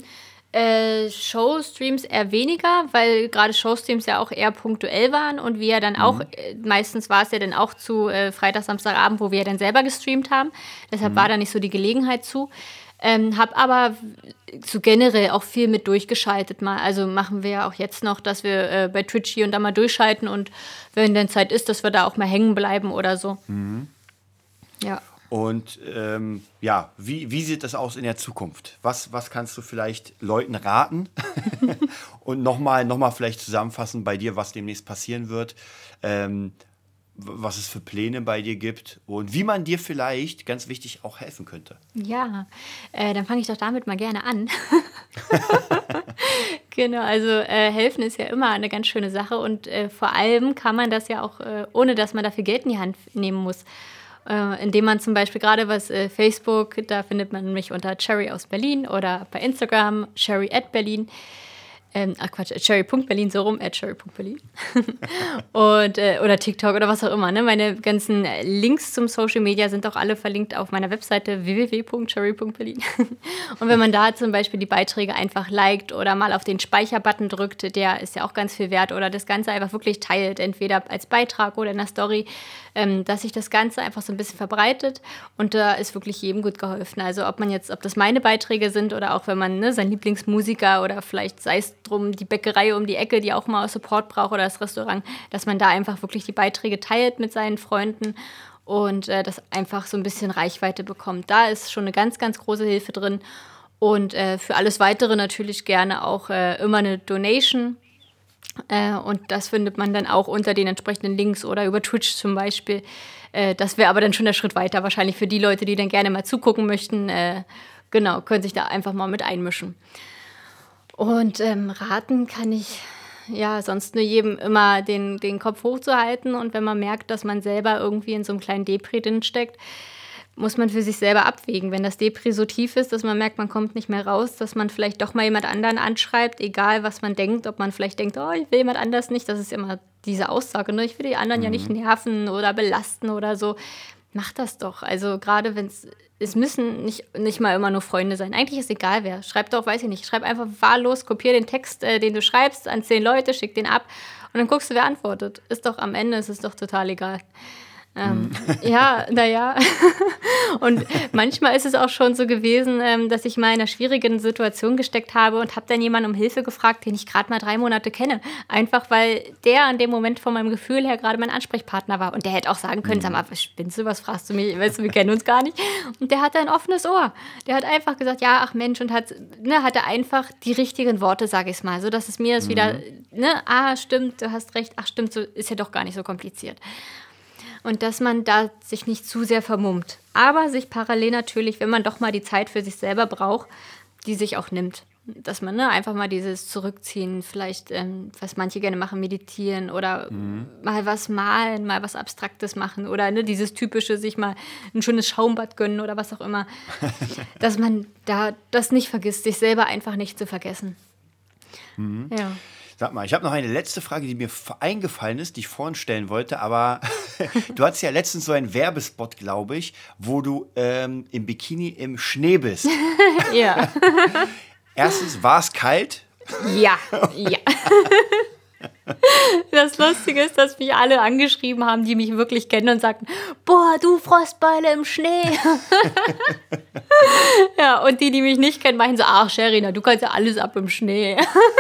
Showstreams eher weniger, weil gerade Showstreams ja auch eher punktuell waren und wir ja dann auch, meistens war es ja dann auch zu Freitag, Samstagabend, wo wir ja dann selber gestreamt haben. Deshalb war da nicht so die Gelegenheit zu. Hab aber so generell auch viel mit durchgeschaltet mal. Also machen wir ja auch jetzt noch, dass wir bei Twitch hier und da mal durchschalten und wenn dann Zeit ist, dass wir da auch mal hängen bleiben oder so. Ja. Und wie sieht das aus in der Zukunft? Was kannst du vielleicht Leuten raten? Und nochmal vielleicht zusammenfassen bei dir, was demnächst passieren wird, was es für Pläne bei dir gibt und wie man dir vielleicht, ganz wichtig, auch helfen könnte. Ja, dann fange ich doch damit mal gerne an. Genau, also helfen ist ja immer eine ganz schöne Sache und vor allem kann man das ja auch, ohne dass man dafür Geld in die Hand nehmen muss. Indem man zum Beispiel gerade Facebook, da findet man mich unter Cherry aus Berlin oder bei Instagram Cherry@Berlin. Cherry.Berlin, so rum, @Cherry.Berlin. Oder TikTok oder was auch immer. Ne? Meine ganzen Links zum Social Media sind auch alle verlinkt auf meiner Webseite www.cherry.berlin. Und wenn man da zum Beispiel die Beiträge einfach liked oder mal auf den Speicherbutton drückt, der ist ja auch ganz viel wert, oder das Ganze einfach wirklich teilt, entweder als Beitrag oder in der Story, dass sich das Ganze einfach so ein bisschen verbreitet und da ist wirklich jedem gut geholfen. Also ob das meine Beiträge sind oder auch wenn man sein Lieblingsmusiker oder vielleicht sei es drum die Bäckerei um die Ecke, die auch mal Support braucht oder das Restaurant, dass man da einfach wirklich die Beiträge teilt mit seinen Freunden und das einfach so ein bisschen Reichweite bekommt. Da ist schon eine ganz, ganz große Hilfe drin und für alles Weitere natürlich gerne auch immer eine Donation. Und das findet man dann auch unter den entsprechenden Links oder über Twitch zum Beispiel. Das wäre aber dann schon der Schritt weiter, wahrscheinlich für die Leute, die dann gerne mal zugucken möchten. Können sich da einfach mal mit einmischen. Und raten kann ich ja sonst nur jedem immer den Kopf hochzuhalten. Und wenn man merkt, dass man selber irgendwie in so einem kleinen Depri drin steckt, muss man für sich selber abwägen. Wenn das Depri so tief ist, dass man merkt, man kommt nicht mehr raus, dass man vielleicht doch mal jemand anderen anschreibt, egal was man denkt, ob man vielleicht denkt, oh, ich will jemand anders nicht, das ist immer diese Aussage, ne? Ich will die anderen ja nicht nerven oder belasten oder so. Mach das doch. Also gerade wenn es müssen nicht mal immer nur Freunde sein. Eigentlich ist egal wer. Schreib doch, weiß ich nicht, schreib einfach wahllos, kopier den Text, den du schreibst, an 10 Leute, schick den ab und dann guckst du, wer antwortet. Am Ende ist es doch total egal. Ja, naja. Und manchmal ist es auch schon so gewesen, dass ich mal in einer schwierigen Situation gesteckt habe und habe dann jemanden um Hilfe gefragt, den ich gerade mal 3 Monate kenne. Einfach, weil der an dem Moment von meinem Gefühl her gerade mein Ansprechpartner war. Und der hätte auch sagen können, sag mal, spinnst du, was fragst du mich? Weißt du, wir kennen uns gar nicht. Und der hatte ein offenes Ohr. Der hat einfach gesagt, ja, ach Mensch, und hatte einfach die richtigen Worte, sage ich es mal. So, dass es mir ist wieder, stimmt, du hast recht, ach stimmt, so ist ja doch gar nicht so kompliziert. Und dass man da sich nicht zu sehr vermummt. Aber sich parallel natürlich, wenn man doch mal die Zeit für sich selber braucht, die sich auch nimmt. Dass man einfach mal dieses Zurückziehen, vielleicht, was manche gerne machen, meditieren oder mal was malen, mal was Abstraktes machen oder dieses typische, sich mal ein schönes Schaumbad gönnen oder was auch immer. Dass man da das nicht vergisst, sich selber einfach nicht zu vergessen. Ja. Sag mal, ich habe noch eine letzte Frage, die mir eingefallen ist, die ich vorhin stellen wollte, aber du hattest ja letztens so einen Werbespot, glaube ich, wo du im Bikini im Schnee bist. Ja. Erstens, war es kalt? Ja. Das Lustige ist, dass mich alle angeschrieben haben, die mich wirklich kennen und sagten, boah, du Frostbeule im Schnee. Ja, und die mich nicht kennen, meinen so, ach Sherina, du kannst ja alles ab im Schnee.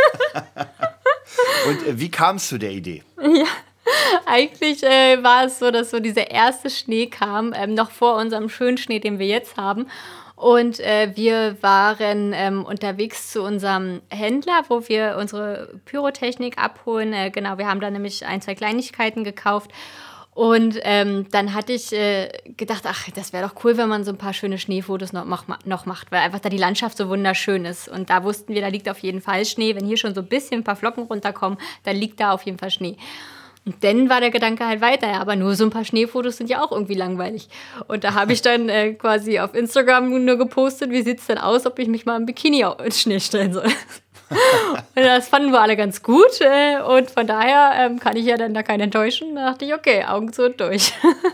Und wie kam es zu der Idee? Ja, eigentlich war es so, dass so dieser erste Schnee kam, noch vor unserem schönen Schnee, den wir jetzt haben. Und wir waren unterwegs zu unserem Händler, wo wir unsere Pyrotechnik abholen. Genau, wir haben da nämlich 1, 2 Kleinigkeiten gekauft. Und dann hatte ich gedacht, ach, das wäre doch cool, wenn man so ein paar schöne Schneefotos noch macht, weil einfach da die Landschaft so wunderschön ist. Und da wussten wir, da liegt auf jeden Fall Schnee. Wenn hier schon so ein bisschen ein paar Flocken runterkommen, dann liegt da auf jeden Fall Schnee. Und dann war der Gedanke halt weiter, ja, aber nur so ein paar Schneefotos sind ja auch irgendwie langweilig. Und da habe ich dann quasi auf Instagram nur gepostet, wie sieht es denn aus, ob ich mich mal im Bikini ins Schnee stellen soll. Und das fanden wir alle ganz gut und von daher kann ich ja dann da keinen enttäuschen. Da dachte ich, okay, Augen zu und durch.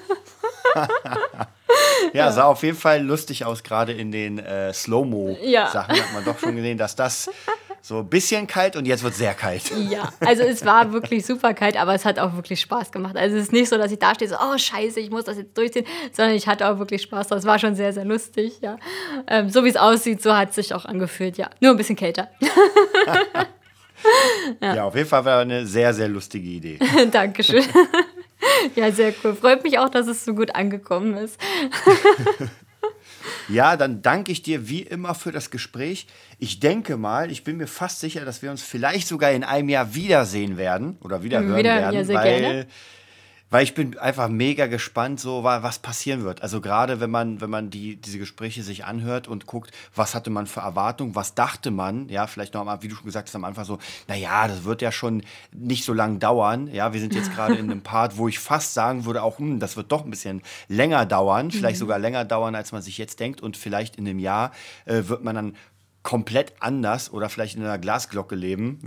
Ja, sah auf jeden Fall lustig aus, gerade in den Slow-Mo-Sachen hat man doch schon gesehen, dass das so ein bisschen kalt und jetzt wird es sehr kalt. Ja, also es war wirklich super kalt, aber es hat auch wirklich Spaß gemacht. Also es ist nicht so, dass ich da stehe, so, oh scheiße, ich muss das jetzt durchziehen, sondern ich hatte auch wirklich Spaß. Das war schon sehr, sehr lustig, ja. So wie es aussieht, so hat es sich auch angefühlt, ja. Nur ein bisschen kälter. Ja, auf jeden Fall war eine sehr, sehr lustige Idee. Dankeschön. Ja, sehr cool. Freut mich auch, dass es so gut angekommen ist. Ja, dann danke ich dir wie immer für das Gespräch. Ich denke mal, ich bin mir fast sicher, dass wir uns vielleicht sogar in einem Jahr wiedersehen werden oder wieder hören werden, ja, sehr gerne. Weil ich bin einfach mega gespannt, so was passieren wird. Also gerade wenn man diese Gespräche sich anhört und guckt, was hatte man für Erwartungen, was dachte man, ja, vielleicht noch mal, wie du schon gesagt hast, am Anfang so, naja, das wird ja schon nicht so lang dauern. Ja, wir sind jetzt gerade in einem Part, wo ich fast sagen würde, auch, das wird doch ein bisschen länger dauern, vielleicht sogar länger dauern, als man sich jetzt denkt. Und vielleicht in einem Jahr wird man dann komplett anders oder vielleicht in einer Glasglocke leben.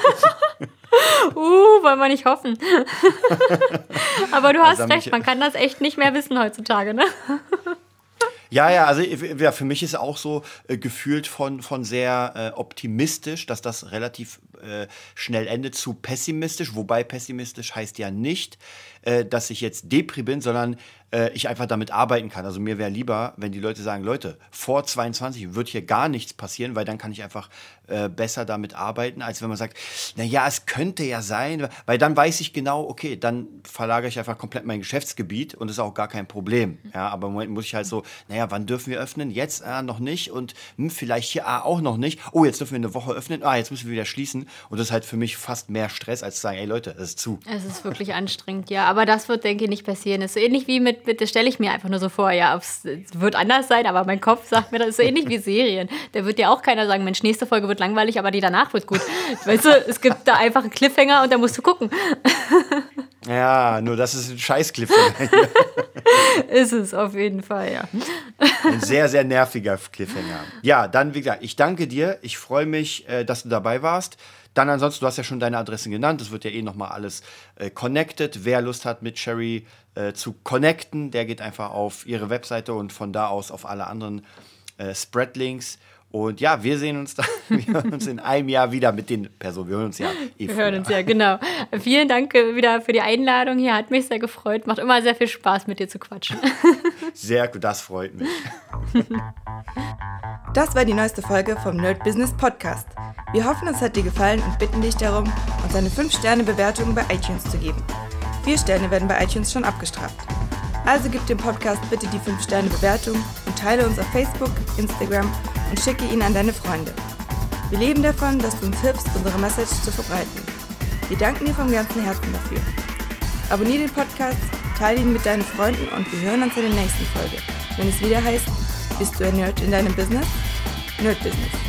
Wollen wir nicht hoffen. Aber du hast recht, man kann das echt nicht mehr wissen heutzutage, ne? Ja, also für mich ist auch so gefühlt von sehr optimistisch, dass das relativ schnell endet, zu pessimistisch. Wobei pessimistisch heißt ja nicht, dass ich jetzt Depri bin, sondern ich einfach damit arbeiten kann. Also mir wäre lieber, wenn die Leute sagen, Leute, vor 22 wird hier gar nichts passieren, weil dann kann ich einfach besser damit arbeiten, als wenn man sagt, naja, es könnte ja sein, weil dann weiß ich genau, okay, dann verlagere ich einfach komplett mein Geschäftsgebiet und das ist auch gar kein Problem. Ja, aber im Moment muss ich halt so, naja, wann dürfen wir öffnen? Jetzt noch nicht und vielleicht hier auch noch nicht. Oh, jetzt dürfen wir eine Woche öffnen. Jetzt müssen wir wieder schließen. Und das ist halt für mich fast mehr Stress, als zu sagen, ey Leute, es ist zu. Es ist wirklich anstrengend, ja. Aber das wird, denke ich, nicht passieren. Das ist so ähnlich wie das stelle ich mir einfach nur so vor, ja, es wird anders sein, aber mein Kopf sagt mir, das ist so ähnlich wie Serien. Da wird ja auch keiner sagen, Mensch, nächste Folge wird langweilig, aber die danach wird gut. Weißt du, es gibt da einfach einen Cliffhanger und da musst du gucken. Ja, nur das ist ein Scheiß-Cliffhanger. Ist es auf jeden Fall, ja. Ein sehr, sehr nerviger Cliffhanger. Ja, dann, wie gesagt, ich danke dir. Ich freue mich, dass du dabei warst. Dann ansonsten, du hast ja schon deine Adressen genannt. Das wird ja nochmal alles connected. Wer Lust hat, mit Sherry zu connecten, der geht einfach auf ihre Webseite und von da aus auf alle anderen Spreadlinks. Und ja, wir hören uns in einem Jahr wieder mit den Personen. Wir hören uns ja Wir hören uns ja, genau. Vielen Dank wieder für die Einladung hier. Hat mich sehr gefreut. Macht immer sehr viel Spaß, mit dir zu quatschen. Sehr gut, das freut mich. Das war die neueste Folge vom Nerd Business Podcast. Wir hoffen, es hat dir gefallen und bitten dich darum, uns eine 5-Sterne-Bewertung bei iTunes zu geben. 4 Sterne werden bei iTunes schon abgestraft. Also gib dem Podcast bitte die 5-Sterne-Bewertung und teile uns auf Facebook, Instagram und schicke ihn an deine Freunde. Wir leben davon, dass du uns hilfst, unsere Message zu verbreiten. Wir danken dir vom ganzen Herzen dafür. Abonniere den Podcast, teile ihn mit deinen Freunden und wir hören uns in der nächsten Folge, wenn es wieder heißt, bist du ein Nerd in deinem Business? Nerd Business.